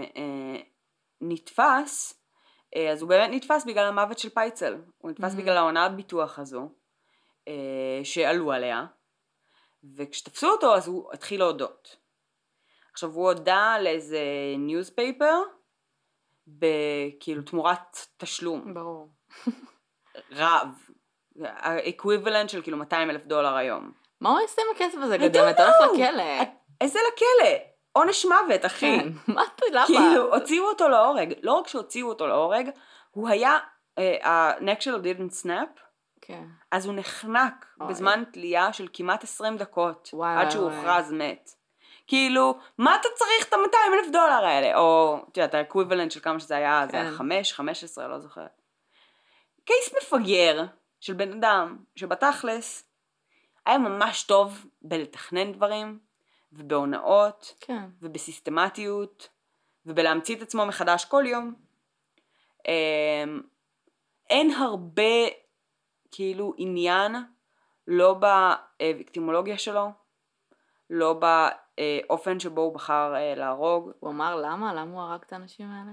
Speaker 1: נתפס, אז הוא באמת נתפס בגלל המוות של פייצל, הוא נתפס בגלל ההונאת ביטוח הזו, שעלו עליה. וכשתפסו אותו אז הוא התחיל להודות. עכשיו הוא הודע לאיזה ניוזפייפר, כאילו תמורת תשלום.
Speaker 2: ברור.
Speaker 1: רב. האקוויבלנט של כאילו $200,000 היום.
Speaker 2: מה הוא עושה עם הכסף הזה גדול? אתה הולך לכלא.
Speaker 1: איזה לכלא? עונש מוות, אחי.
Speaker 2: כן, מה אתה, למה?
Speaker 1: כאילו, הוציאו אותו להורג. לא רק שהוציאו אותו להורג, הוא היה, הנק שלו didn't snap,
Speaker 2: כן.
Speaker 1: אז הוא נחנק בזמן תלייה של כמעט 20 דקות, עד שהוא הוכרז מת. כאילו, מה אתה צריך את $200,000 האלה? או, אתה יודע, האקוויבלנט של כמה שזה היה, זה היה 15, לא זוכרת. קייס מפגר של בן אדם, שבתכלס היה ממש טוב בלתכנן דברים, ובהונאות,
Speaker 2: כן.
Speaker 1: ובסיסטמטיות, ובלהמציא את עצמו מחדש כל יום. אין הרבה, כאילו, עניין, לא בוויקטימולוגיה שלו, לא באופן שבו הוא בחר להרוג.
Speaker 2: הוא אמר למה? למה הוא הרג את האנשים האלה?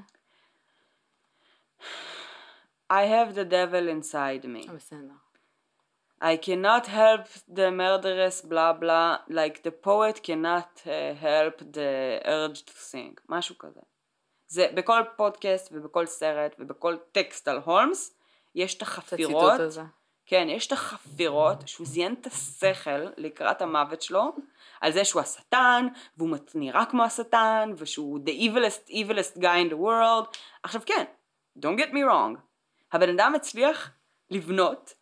Speaker 1: I have the devil inside me.
Speaker 2: בסדר.
Speaker 1: I cannot help the murderous blah blah, like the poet cannot help the urge to sing. משהו כזה. זה בכל פודקאסט ובכל סרט ובכל טקסט על הולמס, יש את החפירות.
Speaker 2: הציטוט הזה.
Speaker 1: כן, יש את החפירות שהוא זיין את השכל לקראת המוות שלו, על זה שהוא השטן, והוא נראה כמו השטן, ושהוא the evilest guy in the world. עכשיו כן, don't get me wrong, הבן אדם הצליח לבנות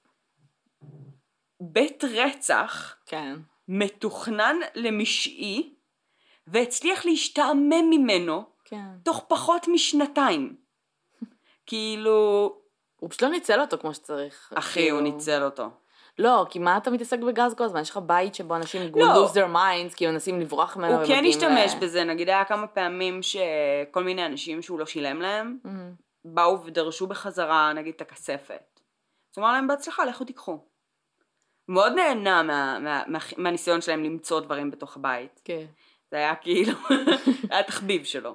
Speaker 1: בית רצח,
Speaker 2: כן.
Speaker 1: מתוכנן למשעי, והצליח להשתעמם ממנו,
Speaker 2: כן.
Speaker 1: תוך פחות משנתיים. כאילו...
Speaker 2: הוא פשוט לא ניצל אותו כמו שצריך.
Speaker 1: אחי, הוא ניצל אותו.
Speaker 2: לא, כי מה אתה מתעסק בגז כל הזמן? יש לך בית שבו אנשים lose their minds, כי הם מנסים לברוח ממנו.
Speaker 1: הוא כן השתמש בזה, נגיד היה כמה פעמים שכל מיני אנשים שהוא לא שילם להם, באו ודרשו בחזרה, נגיד, את הכספת. זאת אומרת להם בהצלחה, לכו תיקחו. מאוד נהנה מהניסיון שלהם למצוא דברים בתוך הבית.
Speaker 2: כן.
Speaker 1: זה היה כאילו, היה תחביב שלו.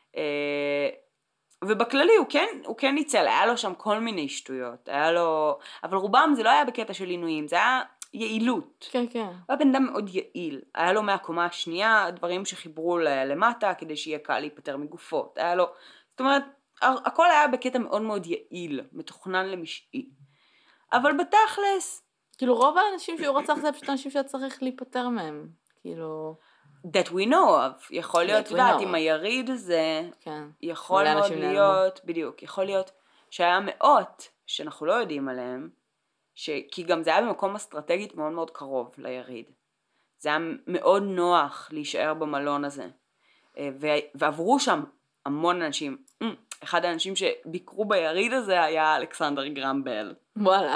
Speaker 1: ובכללי הוא כן ניצל, היה לו שם כל מיני שטויות, היה לו, אבל רובם זה לא היה בקטע של עינויים, זה היה יעילות.
Speaker 2: כן, כן.
Speaker 1: הוא היה בן אדם מאוד יעיל, היה לו מהקומה השנייה דברים שחיברו למטה כדי שיהיה קל להיפטר מגופות, היה לו, זאת אומרת, הכל היה בקטע מאוד מאוד יעיל, מתוכנן למשעי. אבל בתכלס,
Speaker 2: כאילו רוב האנשים שהוא רצח זה פשוט אנשים שאתה צריך להיפטר מהם, כאילו...
Speaker 1: that we know of, יכול להיות, יודעת, עם היריד הזה,
Speaker 2: כן.
Speaker 1: יכול מאוד להיות, בדיוק, יכול להיות שהיה מאות שאנחנו לא יודעים עליהם, כי גם זה היה במקום אסטרטגית מאוד מאוד קרוב ליריד. זה היה מאוד נוח להישאר במלון הזה. ועברו שם המון אנשים. אחד האנשים שביקרו ביריד הזה היה אלכסנדר גרם בל.
Speaker 2: וואלה.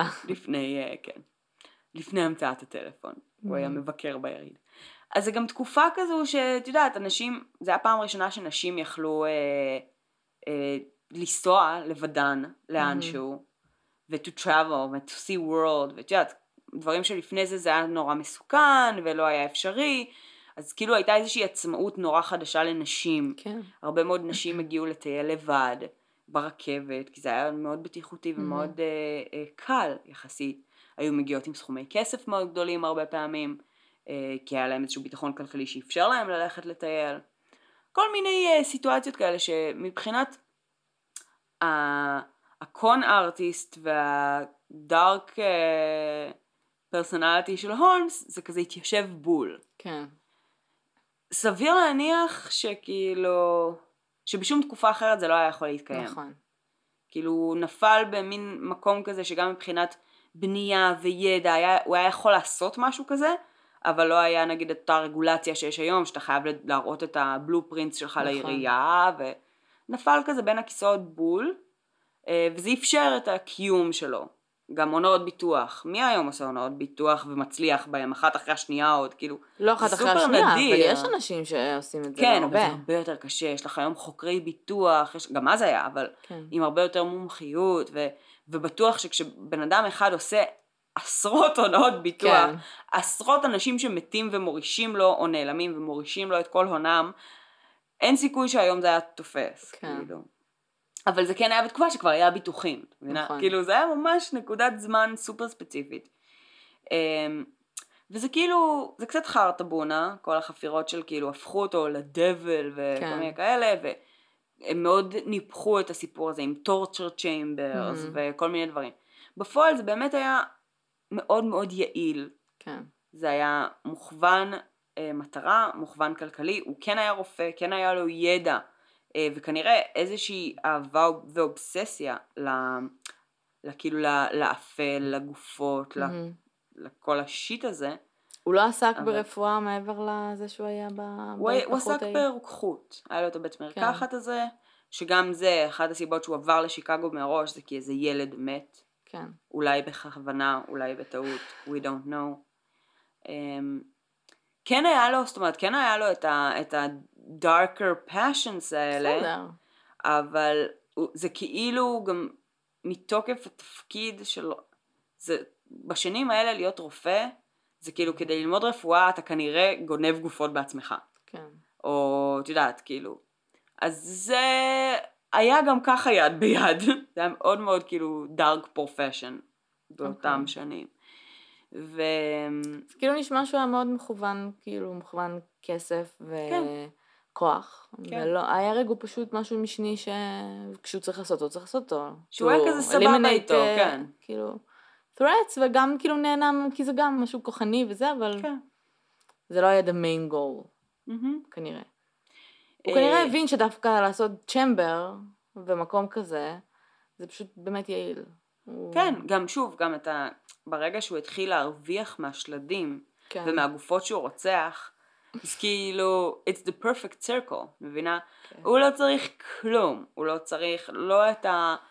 Speaker 1: לפני המצאת הטלפון. הוא היה מבקר ביריד. אז זה גם תקופה כזו שאת יודעת, אנשים, זה היה פעם ראשונה שנשים יכלו לנסוע לבדן לאנשהו, ו-to travel, ו-to see world, ואת יודעת, דברים שלפני זה היה נורא מסוכן, ולא היה אפשרי, אז כאילו הייתה איזושהי עצמאות נורא חדשה לנשים.
Speaker 2: כן.
Speaker 1: הרבה מאוד נשים הגיעו לטייל לבד, ברכבת, כי זה היה מאוד בטיחותי ומאוד קל יחסית. היו מגיעות עם סכומי כסף מאוד גדולים הרבה פעמים, כי היה להם איזשהו ביטחון כלכלי שאפשר להם ללכת לטייל. כל מיני סיטואציות כאלה שמבחינת הקון ארטיסט והדארק פרסונליטי של הולמס, זה כזה התיישב בול.
Speaker 2: כן.
Speaker 1: סביר להניח שכאילו, שבשום תקופה אחרת זה לא היה יכול להתקיים.
Speaker 2: נכון.
Speaker 1: כאילו הוא נפל במין מקום כזה שגם מבחינת בנייה וידע, הוא היה יכול לעשות משהו כזה, אבל לא היה נגיד את אותה רגולציה שיש היום, שאתה חייב להראות את הבלופרינטס שלך לעירייה, ונפל כזה בין הכיסאות בול, וזה אפשר את הקיום שלו. גם הונאות ביטוח. מי היום עושה הונאות ביטוח ומצליח בהם אחת אחרי השנייה עוד, כאילו,
Speaker 2: לא אחת אחרי השנייה, אבל יש אנשים שעושים את זה
Speaker 1: כן,
Speaker 2: הרבה.
Speaker 1: אבל זה הרבה יותר קשה, יש לך היום חוקרי ביטוח, גם אז היה, אבל עם הרבה יותר מומחיות, ובטוח שכשבן אדם אחד עושה עשרות הונאות ביטוח, עשרות אנשים שמתים ומורישים לו, או נעלמים ומורישים לו את כל הונם, אין סיכוי שהיום זה היה תופס, כאילו. אבל זה כן היה בתקופה שכבר היה ביטוחים, נכון. כאילו זה היה ממש נקודת זמן סופר ספציפית. וזה כאילו, זה קצת חרטבונה, כל החפירות של כאילו הפכו אותו לדבל וכל
Speaker 2: כן.
Speaker 1: מיני כאלה, והם מאוד ניפחו את הסיפור הזה עם torture chambers וכל מיני דברים. בפועל זה באמת היה מאוד מאוד יעיל.
Speaker 2: כן.
Speaker 1: זה היה מוכוון מטרה, מוכוון כלכלי, הוא כן היה רופא, כן היה לו ידע, וכנראה איזושהי אהבה ואובססיה כאילו לאפל, לגופות, לכל השיט הזה.
Speaker 2: הוא לא עסק ברפואה מעבר לזה שהוא היה
Speaker 1: הוא עסק ברוקחות, היה לו את הבית מרקחת הזה, שגם זה, אחת הסיבות שהוא עבר לשיקגו מראש, זה כי איזה ילד מת.
Speaker 2: כן.
Speaker 1: אולי בכוונה, אולי בטעות, we don't know. כן היה לו, זאת אומרת, כן היה לו את ה-darker passions האלה.
Speaker 2: בסדר.
Speaker 1: אבל זה כאילו גם מתוקף התפקיד של, זה, בשנים האלה להיות רופא, זה כאילו כדי ללמוד רפואה אתה כנראה גונב גופות בעצמך.
Speaker 2: כן.
Speaker 1: או את יודעת, כאילו. אז זה היה גם ככה יד ביד. זה היה מאוד מאוד כאילו dark profession באותם שנים.
Speaker 2: זה כאילו נשמע שהוא היה מאוד מכוון, כאילו מכוון כסף וכוח.
Speaker 1: כן.
Speaker 2: ולא, הירג הוא פשוט משהו משני שכשהוא צריך לעשות אותו, צריך לעשות אותו.
Speaker 1: שהוא היה כזה סבבה איתו, כן.
Speaker 2: כאילו, threats וגם כאילו נהנה, כי זה גם משהו כוחני וזה, אבל
Speaker 1: כן.
Speaker 2: זה לא היה the main goal, כנראה. הוא כנראה הבין שדווקא לעשות צ'מבר במקום כזה, זה פשוט באמת יעיל.
Speaker 1: כן, גם שוב, גם ברגע שהוא התחיל להרוויח מהשלדים, ומהגופות שהוא רוצח, אז כאילו, it's the perfect circle, מבינה? הוא לא צריך כלום, הוא לא צריך לא את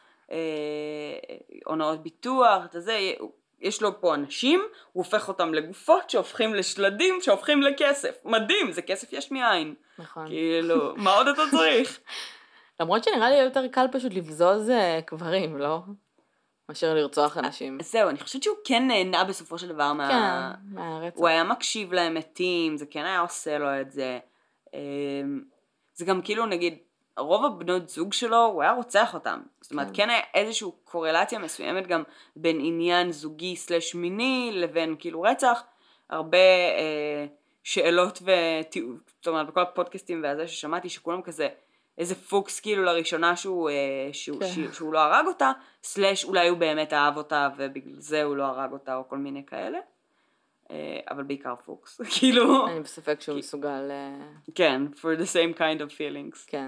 Speaker 1: העונות ביטוח, את זה, יש לו פה אנשים, הוא הופך אותם לגופות שהופכים לשלדים, שהופכים לכסף. מדהים, זה כסף יש מאין.
Speaker 2: נכון.
Speaker 1: כאילו, מה עוד אתה צריך?
Speaker 2: למרות שנראה לי יותר קל פשוט לבזוז קברים, לא? מאשר לרצוח אנשים.
Speaker 1: זהו, אני חושבת שהוא כן נהנה בסופו של דבר
Speaker 2: מהרצח.
Speaker 1: הוא היה מקשיב להם מתים, זה כן היה עושה לו את זה. זה גם כאילו נגיד, רוב הבנות זוג שלו, הוא היה רוצח אותם. זאת אומרת, כן היה איזושהי קורלציה מסוימת גם בין עניין זוגי סלש מיני לבין כאילו רצח. הרבה שאלות זאת אומרת, בכל הפודקאסטים והזה ששמעתי שכולם כזה, איזה פוקס כאילו לראשונה שהוא לא הרג אותה, סלש אולי הוא באמת אהב אותה ובגלל זה הוא לא הרג אותה או כל מיני כאלה. אבל בעיקר פוקס, כאילו.
Speaker 2: אני בספק שהוא מסוגל.
Speaker 1: כן, for the same kind of feelings.
Speaker 2: כן.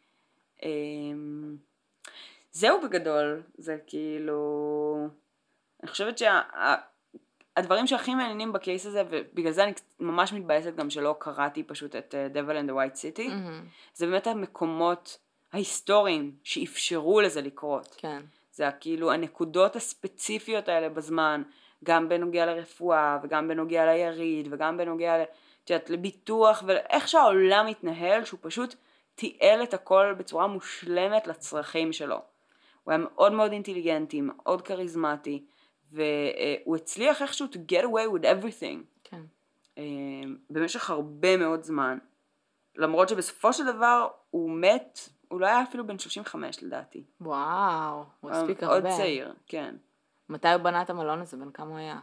Speaker 1: זהו בגדול, זה כאילו, אני חושבת שהדברים שהכי מעניינים בקייס הזה, ובגלל זה אני ממש מתבאסת גם שלא קראתי פשוט את Devil and the White City, זה באמת המקומות ההיסטוריים שאפשרו לזה לקרות.
Speaker 2: כן.
Speaker 1: זה כאילו הנקודות הספציפיות האלה בזמן, גם בנוגע לרפואה, וגם בנוגע ליריד, וגם בנוגע לביטוח, ואיך שהעולם מתנהל, שהוא פשוט תיאל את הכל בצורה מושלמת לצרכים שלו. הוא היה מאוד מאוד אינטליגנטי, מאוד קריזמטי, והוא הצליח איכשהו to get away with everything.
Speaker 2: כן.
Speaker 1: במשך הרבה מאוד זמן. למרות שבסופו של דבר הוא מת, הוא לא היה אפילו בן 35 לדעתי.
Speaker 2: וואו, הוא הספיק הרבה.
Speaker 1: עוד צעיר, כן.
Speaker 2: מתי הוא בנה את המלון הזה? בן כמה הוא היה?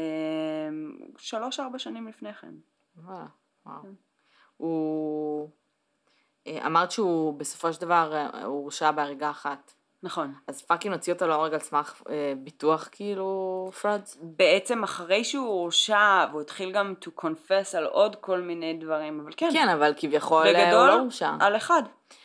Speaker 1: 3-4 שנים לפני כן.
Speaker 2: וואו. הוא... אמרת שהוא בסופו של דבר הוא הורשע בהריגה אחת.
Speaker 1: נכון.
Speaker 2: אז פאקינג הוציא אותו להורג על סמך ביטוח כאילו פרודס?
Speaker 1: בעצם אחרי שהוא הורשע, והוא התחיל גם to confess על עוד כל מיני דברים, אבל כן.
Speaker 2: כן, אבל כביכול
Speaker 1: בגדול,
Speaker 2: הוא לא הורשע.
Speaker 1: על אחד.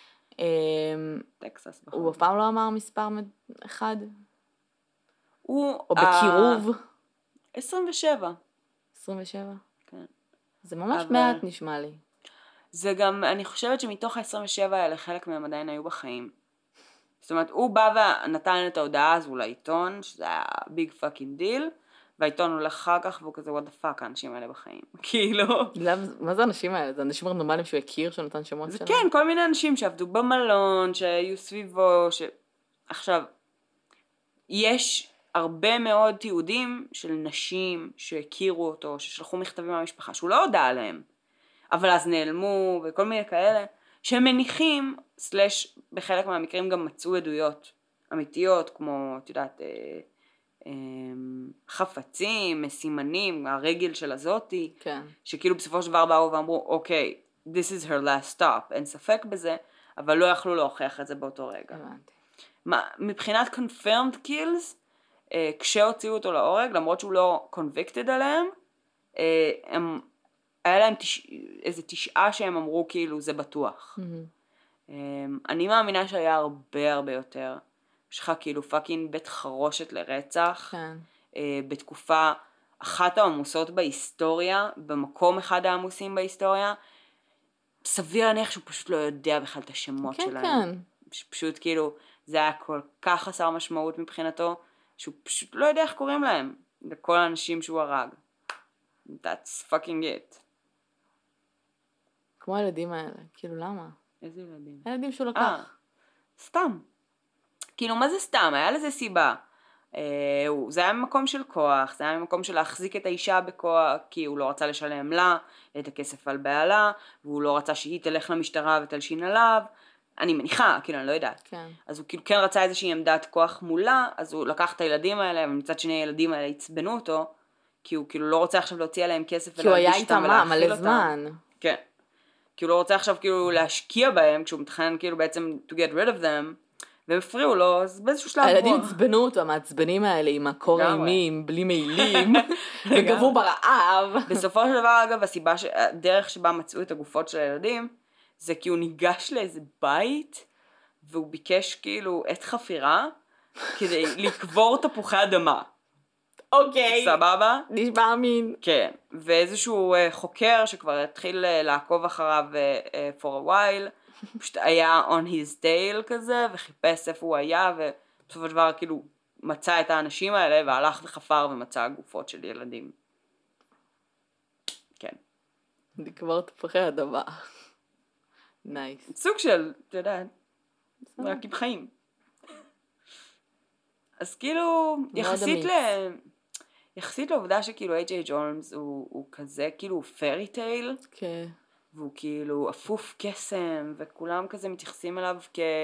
Speaker 1: טקסס בכל.
Speaker 2: הוא אף פעם לא אמר מספר אחד?
Speaker 1: או
Speaker 2: בקירוב?
Speaker 1: 27.
Speaker 2: 27?
Speaker 1: כן.
Speaker 2: זה ממש מעט נשמע לי.
Speaker 1: זה גם, אני חושבת שמתוך ה-27 האלה חלק מהם עדיין היו בחיים. זאת אומרת, הוא בא ונתן את ההודעה הזו לעיתון, שזה היה ביג פאקינג דיל, והעיתון הולך אחר כך והוא כזה, what the fuck, האנשים האלה בחיים. כאילו.
Speaker 2: מה זה האנשים האלה? זה אנשים רנדומליים שהוא הכיר, שהוא נתן שמות שלהם?
Speaker 1: כן, כל מיני אנשים שעבדו במלון, שהיו סביבו, עכשיו, יש הרבה מאוד תיעודים של נשים שהכירו אותו, ששלחו מכתבים מהמשפחה, שהוא לא הודע עליהם, אבל אז נעלמו וכל מיני כאלה, שהם מניחים, סלש בחלק מהמקרים גם מצאו עדויות אמיתיות, כמו, את יודעת, חפצים, סימנים, הרגל של הזאתי,
Speaker 2: כן.
Speaker 1: שכאילו בסופו של דבר באו ואמרו, אוקיי, this is her last stop, אין ספק בזה, אבל לא יכלו להוכיח את זה באותו רגע.
Speaker 2: הבנתי.
Speaker 1: מבחינת confirmed kills, כשהוציאו אותו להורג, למרות שהוא לא convicted עליהם, היה להם איזה 9 שהם אמרו כאילו זה בטוח. אני מאמינה שהיה הרבה יותר. יש לך כאילו פאקינג בית חרושת לרצח, בתקופה אחת העמוסות בהיסטוריה, במקום אחד העמוסים בהיסטוריה, סביר להניח שהוא פשוט לא יודע בכלל את השמות שלהם. פשוט כאילו, זה היה כל כך חסר משמעות מבחינתו, שהוא פשוט לא יודע איך קוראים להם, לכל האנשים שהוא הרג. That's fucking it.
Speaker 2: כמו הילדים האלה, כאילו למה?
Speaker 1: איזה ילדים?
Speaker 2: הילדים שהוא לקח.
Speaker 1: סתם. כאילו מה זה סתם? היה לזה סיבה. זה היה ממקום של כוח, זה היה ממקום של להחזיק את האישה בכוח, כי הוא לא רצה לשלם לה את הכסף על בעלה, והוא לא רצה שהיא תלך למשטרה ותלשין עליו. אני מניחה, כאילו אני לא יודעת.
Speaker 2: כן.
Speaker 1: אז הוא כאילו כן רצה איזושהי עמדת כוח מולה, אז הוא לקח את הילדים האלה, ומצד שני הילדים האלה הצבנו אותו, כי הוא כאילו לא רוצה עכשיו להוציא עליהם כסף
Speaker 2: כי הוא היה איתם מלא זמן.
Speaker 1: כן. כי הוא לא רוצה עכשיו כאילו להשקיע בהם, כשהוא מתכנן כאילו בעצם to get rid of them, והם הפריעו לו, אז באיזשהו שלב
Speaker 2: הילדים הצבנו אותו, המעצבנים האלה, עם הקור אימים, בלי מעילים, וגבו ברעב.
Speaker 1: בסופו של דבר, אגב, הדרך שבה מצאו את הגופות של הילדים, זה כי הוא ניגש לאיזה בית, והוא ביקש כאילו עת חפירה, כדי לקבור תפוחי אדמה.
Speaker 2: אוקיי.
Speaker 1: סבבה?
Speaker 2: נשמע אמין.
Speaker 1: כן. ואיזשהו חוקר שכבר התחיל לעקוב אחריו for a while, פשוט היה on his tail כזה, וחיפש איפה הוא היה, ובסופו של דבר כאילו מצא את האנשים האלה, והלך וחפר ומצא גופות של ילדים. כן.
Speaker 2: לקבור תפוחי אדמה. נייס.
Speaker 1: סוג של, אתה יודע, רק עם חיים. אז כאילו, יחסית לעובדה שכאילו H.H. Holmes הוא כזה כאילו פרי טייל,
Speaker 2: כן.
Speaker 1: והוא כאילו אפוף קסם, וכולם כזה מתייחסים אליו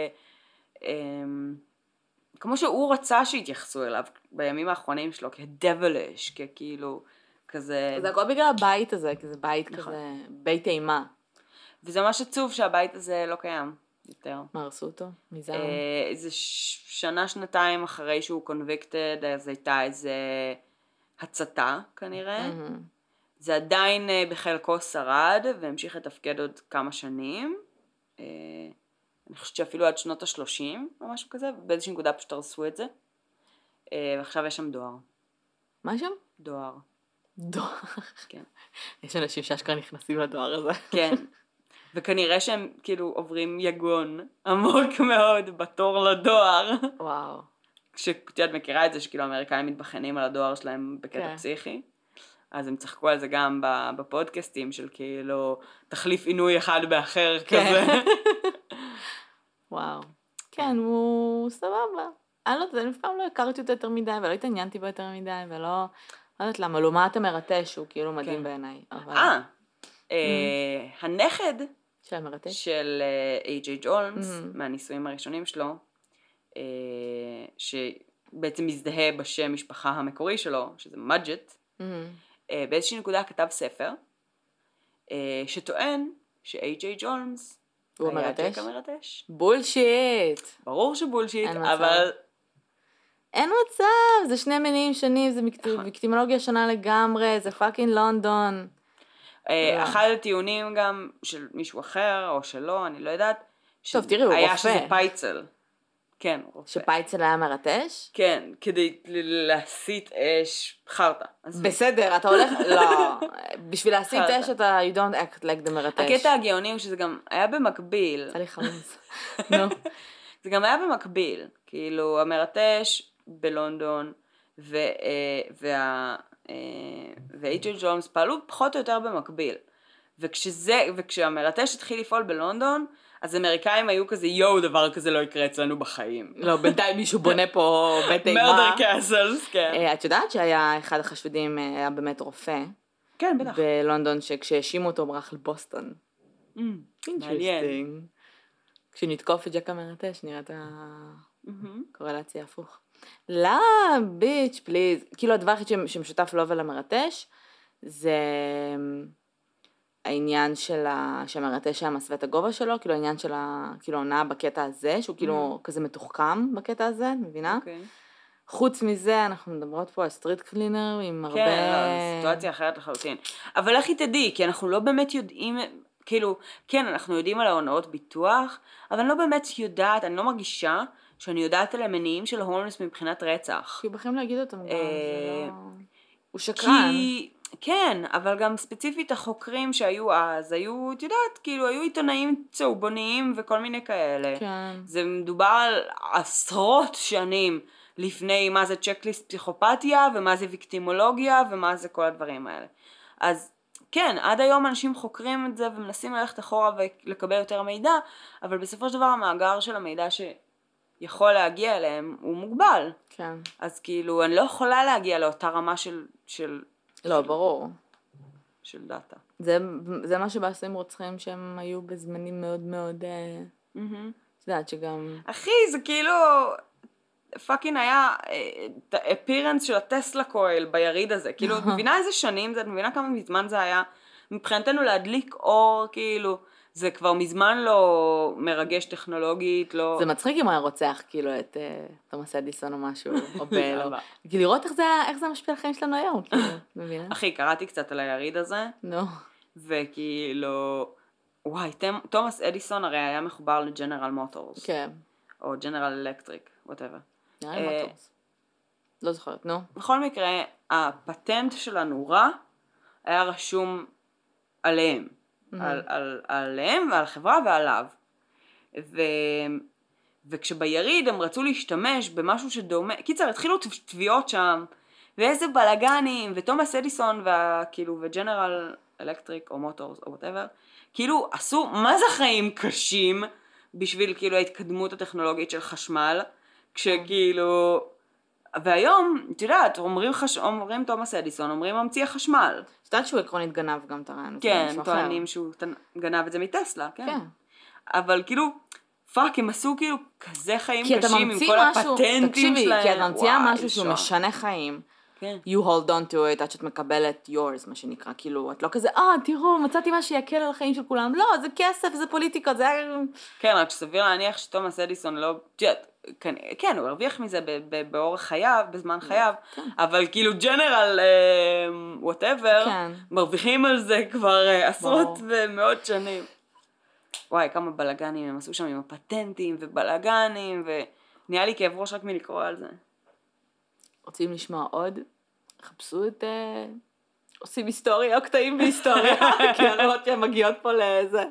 Speaker 1: כמו שהוא רצה שהתייחסו אליו בימים האחרונים שלו, כדבליש, ככאילו כזה...
Speaker 2: זה הכל בגלל הבית הזה, כי זה בית כזה, בית אימה.
Speaker 1: וזה ממש עצוב שהבית הזה לא קיים יותר.
Speaker 2: מה, הרסו אותו? מזעם?
Speaker 1: איזה שנה, שנתיים אחרי שהוא קונביקטד, אז הייתה איזה הצתה כנראה. זה עדיין בחלקו שרד, והמשיך לתפקד עוד כמה שנים. אני חושבת שאפילו עד שנות ה-30 או משהו כזה, באיזושהי נקודה פשוט הרסו את זה. ועכשיו יש שם דואר.
Speaker 2: מה שם?
Speaker 1: דואר.
Speaker 2: דואר.
Speaker 1: כן.
Speaker 2: יש אנשים שאשכרה נכנסים לדואר הזה.
Speaker 1: כן. וכנראה שהם כאילו עוברים יגון עמוק מאוד בתור לדואר.
Speaker 2: וואו.
Speaker 1: כשאת מכירה את זה שכאילו האמריקאים מתבחנים על הדואר שלהם בקטע פסיכי. אז הם צחקו על זה גם בפודקאסטים של כאילו תחליף עינוי אחד באחר כזה.
Speaker 2: וואו. כן, הוא סבבה. אני לא יודעת, אני אף פעם לא הכרתי אותו יותר מדי, ולא התעניינתי בו יותר מדי, ולא יודעת למה, לעומת המרטש, הוא כאילו מדהים בעיניי.
Speaker 1: הנכד
Speaker 2: של
Speaker 1: H.H. Holmes, מהניסויים הראשונים שלו, שבעצם מזדהה בשם משפחה המקורי שלו, שזה מג'ט, באיזושהי נקודה כתב ספר, שטוען ש-H.H. Holmes
Speaker 2: הוא
Speaker 1: היה ג'ק המרטש.
Speaker 2: בולשיט.
Speaker 1: ברור שבולשיט, אבל...
Speaker 2: אין מצב, זה שני מינים שונים, זה ויקטימולוגיה שונה לגמרי, זה פאקינג לונדון.
Speaker 1: אחד הטיעונים גם של מישהו אחר, או שלא, אני לא יודעת,
Speaker 2: טוב, תראי, הוא רופא.
Speaker 1: היה שזה פייצל. כן, הוא רופא.
Speaker 2: שפייצל היה מרטש?
Speaker 1: כן, כדי להסיט אש חרטה.
Speaker 2: בסדר, אתה הולך, לא, בשביל להסיט אש אתה, you don't act like the מרטש.
Speaker 1: הקטע הגאוני הוא שזה גם היה במקביל.
Speaker 2: זה לי חמוס. נו.
Speaker 1: זה גם היה במקביל, כאילו המרטש בלונדון, ו-H.H. Holmes פעלו פחות או יותר במקביל. וכשהמרטש התחיל לפעול בלונדון, אז אמריקאים היו כזה, יואו, דבר כזה לא יקרה אצלנו בחיים.
Speaker 2: לא, בינתיים מישהו בונה פה בית אימה.
Speaker 1: מרדר קאסלס, כן.
Speaker 2: את יודעת שהיה אחד החשודים, היה באמת רופא.
Speaker 1: כן, בטח.
Speaker 2: בלונדון, שכשהאשימו אותו ברח לבוסטון.
Speaker 1: מעניין.
Speaker 2: כשנתקוף את ג'ק המרטש, נראה את קורלציה הפוך. לא, ביץ', פליז. כאילו הדבר הכי שמשותף לו ולמרטש, זה העניין של שהמרטש היה מסווה את הגובה שלו, כאילו העניין של כאילו העונה בקטע הזה, שהוא כאילו כזה מתוחכם בקטע הזה, מבינה?
Speaker 1: אוקיי.
Speaker 2: חוץ מזה, אנחנו מדברות פה על סטריט קלינר עם הרבה...
Speaker 1: כן, לא, זו סיטואציה אחרת לחלוטין. אבל איך היא תדעי? כי אנחנו לא באמת יודעים, כאילו, כן, אנחנו יודעים על ההונאות ביטוח, אבל אני לא באמת יודעת, אני לא מרגישה שאני יודעת על המניעים של הומלס מבחינת רצח.
Speaker 2: כי הוא בכם להגיד אותם גם, זה לא... הוא שקרן.
Speaker 1: כן, אבל גם ספציפית החוקרים שהיו אז, היו, את יודעת, כאילו, היו עיתונאים צהובוניים וכל מיני כאלה.
Speaker 2: כן.
Speaker 1: זה מדובר על עשרות שנים לפני מה זה צ'קליסט פסיכופתיה, ומה זה ויקטימולוגיה, ומה זה כל הדברים האלה. אז כן, עד היום אנשים חוקרים את זה ומנסים ללכת אחורה ולקבל יותר מידע, אבל בסופו של דבר המאגר של המידע שיכול להגיע אליהם הוא מוגבל.
Speaker 2: כן.
Speaker 1: אז כאילו, אני לא יכולה להגיע לאותה רמה של
Speaker 2: לא, ברור.
Speaker 1: של דאטה.
Speaker 2: זה מה שבעשים רוצחים שהם היו בזמנים מאוד מאוד, את יודעת שגם...
Speaker 1: אחי, זה כאילו, פאקינג היה appearance של הטסלה קויל ביריד הזה. כאילו, את מבינה איזה שנים זה, את מבינה כמה מזמן זה היה? מבחינתנו להדליק אור, כאילו, זה כבר מזמן לא מרגש טכנולוגית, לא...
Speaker 2: זה מצחיק אם היה רוצח, כאילו, את תומאס אדיסון או משהו, או בל, או... כאילו, לראות איך זה משפיע על החיים שלנו היום, כאילו, מבינה?
Speaker 1: אחי, קראתי קצת על היריד הזה,
Speaker 2: נו.
Speaker 1: וכאילו, וואי, תומאס אדיסון הרי היה מחובר לג'נרל מוטורס.
Speaker 2: כן.
Speaker 1: או ג'נרל אלקטריק, whatever.
Speaker 2: ג'נרל מוטורס. לא זוכרת, נו.
Speaker 1: בכל מקרה, הפטנט של הנורה היה רשום עליהם. עליהם ועל החברה ועליו. וכשביריד הם רצו להשתמש במשהו שדומה, קיצר, התחילו תביעות שם, ואיזה בלגנים, ותומאס אדיסון וג'נרל אלקטריק או מוטורס או whatever, כאילו עשו, מה זה חיים קשים בשביל כאילו ההתקדמות הטכנולוגית של חשמל, כשכאילו, והיום, את יודעת, אומרים תומאס אדיסון, אומרים ממציא החשמל.
Speaker 2: את יודעת שהוא עקרונית גנב גם את הרעיון.
Speaker 1: כן, טוענים שהוא גנב את זה מטסלה, כן. אבל כאילו, פאק, הם עשו כאילו כזה חיים קשים עם כל הפטנטים שלהם.
Speaker 2: כי את ממציאה משהו שהוא משנה חיים.
Speaker 1: כן.
Speaker 2: You hold on to it, עד שאת מקבלת yours, מה שנקרא. כאילו, את לא כזה, תראו, מצאתי מה שיקל על החיים של כולם. לא, זה כסף, זה פוליטיקה, זה...
Speaker 1: כן, רק סביר להניח שתומאס אדיסון לא... כן, הוא הרוויח מזה באורך חייו, בזמן חייו, אבל כאילו ג'נרל, whatever, מרוויחים על זה כבר עשרות ומאות שנים. וואי, כמה בלגנים הם עשו שם עם הפטנטים ובלגנים, ונהיה לי כאב ראש רק מלקרוא על זה.
Speaker 2: רוצים לשמוע עוד? חפשו את... עושים היסטוריה או קטעים בהיסטוריה, כי הראות שהן מגיעות פה לאיזה...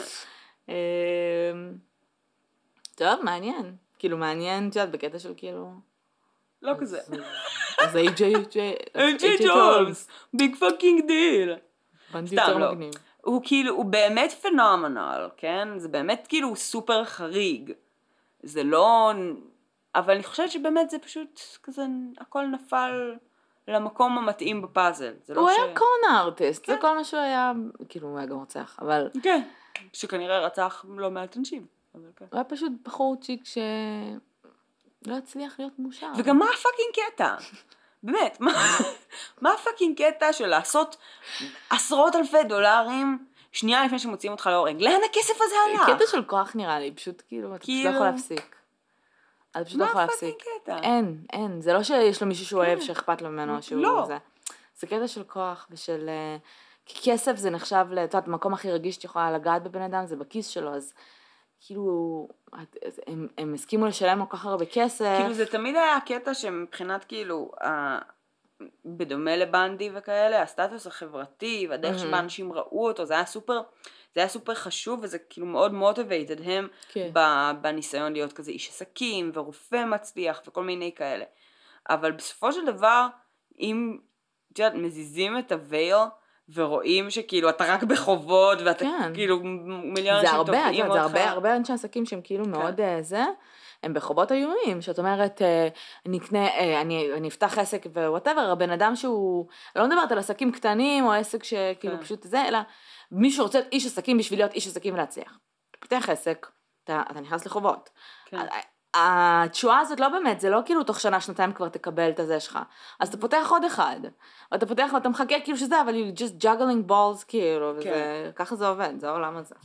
Speaker 2: טוב, מעניין. כאילו מעניין, את יודעת, בקטע של כאילו...
Speaker 1: לא כזה.
Speaker 2: אז
Speaker 1: H.H. Holmes, ביג פאקינג דיל.
Speaker 2: סתם לא.
Speaker 1: הוא כאילו, הוא באמת פנומנל, כן? זה באמת כאילו סופר חריג. זה לא... אבל אני חושבת שבאמת זה פשוט כזה, הכל נפל למקום המתאים בפאזל.
Speaker 2: הוא היה קון ארטיסט, זה כל מה שהוא היה, כאילו הוא היה גם רוצח, אבל...
Speaker 1: כן, שכנראה רצח לא מעט אנשים. הוא
Speaker 2: היה פשוט בחורצ'יק שלא הצליח להיות מאושר.
Speaker 1: וגם מה הפאקינג קטע? באמת, מה הפאקינג קטע של לעשות עשרות אלפי דולרים שנייה לפני שמוציאים אותך להורג? לאן הכסף הזה הלך?
Speaker 2: קטע של כוח נראה לי, פשוט כאילו, אתה פשוט לא יכול להפסיק. אתה פשוט לא יכול להפסיק. אין, זה לא שיש לו מישהו שהוא אוהב שאכפת לו ממנו שהוא זה. זה קטע של כוח ושל... כי כסף זה נחשב, את יודעת, המקום הכי רגיש שיכולה לגעת בבן אדם זה בכיס שלו, אז כאילו, הם הסכימו לשלם לו כך הרבה כסף. כאילו
Speaker 1: זה תמיד היה קטע שמבחינת כאילו, בדומה לבנדי וכאלה, הסטטוס החברתי והדרך שבה אנשים ראו אותו, זה היה סופר חשוב, וזה כאילו מאוד motivated הם בניסיון להיות כזה איש עסקים ורופא מצליח וכל מיני כאלה. אבל בסופו של דבר, אם מזיזים את הוויל ורואים שכאילו אתה רק בחובות ואתה כאילו מיליון אנשים תופעים אותך.
Speaker 2: זה הרבה אנשי עסקים שהם כאילו מאוד זה, הם בחובות איומים, שאת אומרת, אני אפתח עסק ווואטאבר, הבן אדם שהוא, אני לא מדברת על עסקים קטנים או עסק שכאילו פשוט זה, אלא מישהו רוצה איש עסקים בשביל להיות איש עסקים ולהצליח. פתח עסק, אתה נכנס לחובות. התשואה הזאת לא באמת, זה לא כאילו תוך שנה, שנתיים כבר תקבל את הזה שלך. אז אתה פותח עוד אחד. ואתה פותח ואתה מחכה כאילו שזה, אבל you just juggling balls כאילו, וזה, ככה זה עובד, זה העולם הזה.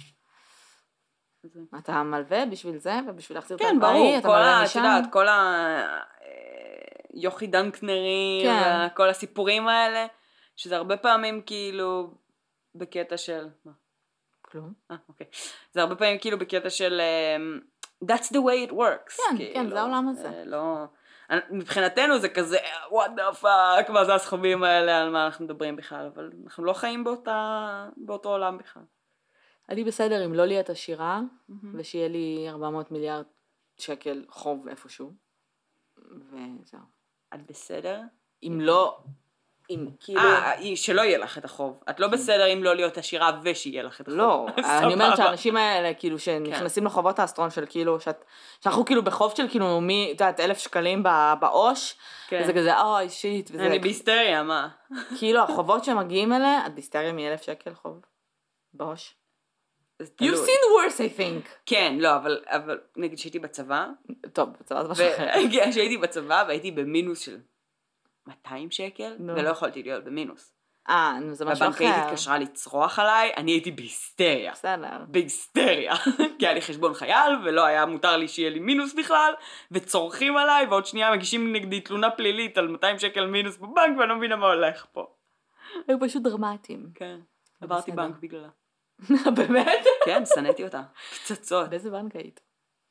Speaker 2: אתה מלווה בשביל זה, ובשביל להחזיר את
Speaker 1: ההלוואה,
Speaker 2: אתה מלווה משם.
Speaker 1: כן, ברור, כל יוכי דנקנרים, כל הסיפורים האלה, שזה הרבה פעמים כאילו בקטע של...
Speaker 2: כלום.
Speaker 1: אוקיי. זה הרבה פעמים כאילו בקטע של... That's the way it works.
Speaker 2: כן, זה העולם הזה.
Speaker 1: לא... מבחינתנו זה כזה, what the fuck, מה זה הסכומים האלה, על מה אנחנו מדברים בכלל, אבל אנחנו לא חיים באותו עולם בכלל.
Speaker 2: אני בסדר אם לא להיות עשירה, ושיהיה לי 400 מיליארד שקל חוב איפשהו, וזהו.
Speaker 1: את בסדר?
Speaker 2: אם לא, אם כאילו...
Speaker 1: שלא יהיה לך את החוב. את לא בסדר אם לא להיות עשירה ושיהיה לך את החוב.
Speaker 2: לא, אני אומרת שהאנשים האלה כאילו שנכנסים לחובות האסטרון של כאילו, שאנחנו כאילו בחוב של כאילו מי, את יודעת, 1,000 שקלים בעו"ש, וזה כזה, אוי, שיט, וזה...
Speaker 1: אני בהיסטריה, מה?
Speaker 2: כאילו החובות שמגיעים אליה, את בהיסטריה מ1,000 שקל חוב בעו"ש. You've seen worse, I think.
Speaker 1: כן, לא, אבל נגיד שהייתי בצבא.
Speaker 2: טוב, בצבא זה משהו אחר.
Speaker 1: שהייתי בצבא והייתי במינוס של 200 שקל, ולא יכולתי להיות במינוס.
Speaker 2: זה משהו אחר.
Speaker 1: והבנקאית התקשרה לצרוח עליי, אני הייתי בהיסטריה.
Speaker 2: בסדר.
Speaker 1: בהיסטריה. כי היה לי חשבון חייל, ולא היה מותר לי שיהיה לי מינוס בכלל, וצורכים עליי, ועוד שנייה מגישים נגדי תלונה פלילית על 200 שקל מינוס בבנק, ואני לא מבינה מה הולך פה.
Speaker 2: היו פשוט דרמטיים.
Speaker 1: כן. עברתי בנק בגללה.
Speaker 2: באמת?
Speaker 1: כן, שנאתי אותה. פצצות.
Speaker 2: באיזה בנק היית?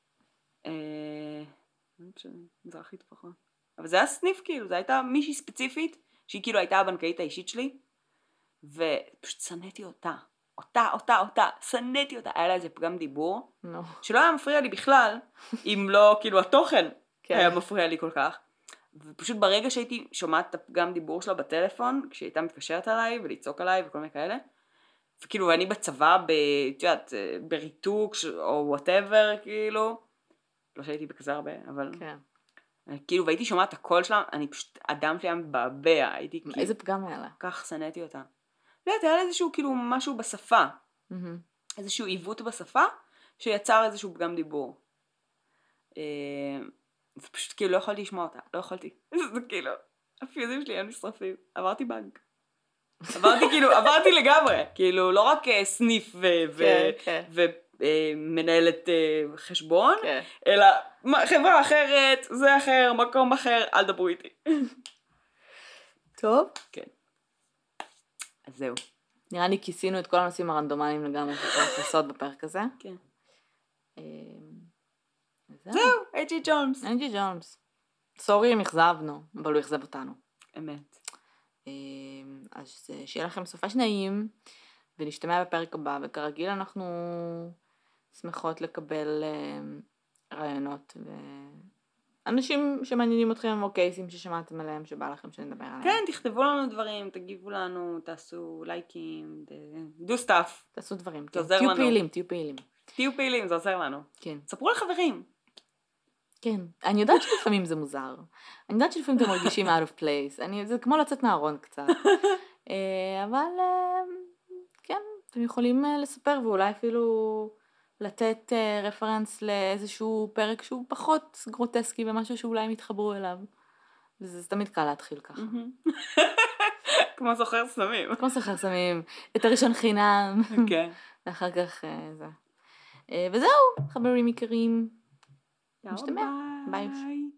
Speaker 1: מזרחית פחות. אבל זה היה סניף כאילו, זה הייתה מישהי ספציפית, שהיא כאילו הייתה הבנקאית האישית שלי, ופשוט שנאתי אותה. אותה, שנאתי אותה. היה לה איזה פגם דיבור, שלא היה מפריע לי בכלל, אם לא כאילו התוכן היה מפריע לי כל כך. ופשוט ברגע שהייתי שומעת את הפגם דיבור שלה בטלפון, כשהיא הייתה מתקשרת עליי ולצעוק עליי וכל מיני כאלה, וכאילו אני בצבא, בריתוק או whatever, כאילו, לא שהייתי בכזה הרבה, אבל כאילו, והייתי שומעת את הקול שלה, אני פשוט, הדם שלי היה מבעבע, הייתי כאילו...
Speaker 2: איזה פגם היה לה?
Speaker 1: כך שנאתי אותה. לא יודעת, היה לה איזשהו כאילו משהו בשפה, איזשהו עיוות בשפה, שיצר איזשהו פגם דיבור. ופשוט כאילו לא יכולתי לשמוע אותה, לא יכולתי. זה כאילו, הפיוזים שלי הם נשרפים, עברתי בנק. עברתי לגמרי, כאילו לא רק סניף ומנהלת חשבון, אלא חברה אחרת, זה אחר, מקום אחר, אל דברו איתי.
Speaker 2: טוב.
Speaker 1: כן. אז זהו.
Speaker 2: נראה לי כיסינו את כל הנושאים הרנדומליים לגמרי שצריך לעשות בפרק הזה.
Speaker 1: כן.
Speaker 2: זהו,
Speaker 1: אייג'י ג'ונס.
Speaker 2: אייג'י ג'ונס. סורי אם אכזבנו, אבל הוא אכזב אותנו.
Speaker 1: אמת.
Speaker 2: אז שיהיה לכם סופש נעים, ונשתמע בפרק הבא, וכרגיל אנחנו שמחות לקבל רעיונות ואנשים שמעניינים אתכם או קייסים ששמעתם עליהם שבא לכם שנדבר עליהם.
Speaker 1: כן, תכתבו לנו דברים, תגיבו לנו, תעשו לייקים, do stuff.
Speaker 2: תעשו דברים,
Speaker 1: תהיו
Speaker 2: פעילים.
Speaker 1: תהיו פעילים, זה עוזר לנו.
Speaker 2: כן.
Speaker 1: ספרו לחברים.
Speaker 2: כן, אני יודעת שלפעמים זה מוזר. אני יודעת שלפעמים אתם מרגישים out of place. זה כמו לצאת מהארון קצת. אבל כן, אתם יכולים לספר ואולי אפילו לתת רפרנס לאיזשהו פרק שהוא פחות גרוטסקי ומשהו שאולי הם יתחברו אליו. וזה תמיד קל להתחיל ככה.
Speaker 1: כמו סוחר סמים.
Speaker 2: כמו סוחר סמים. את הראשון חינם.
Speaker 1: כן.
Speaker 2: ואחר כך זה. וזהו, חברים יקרים. נשתמע. ביי.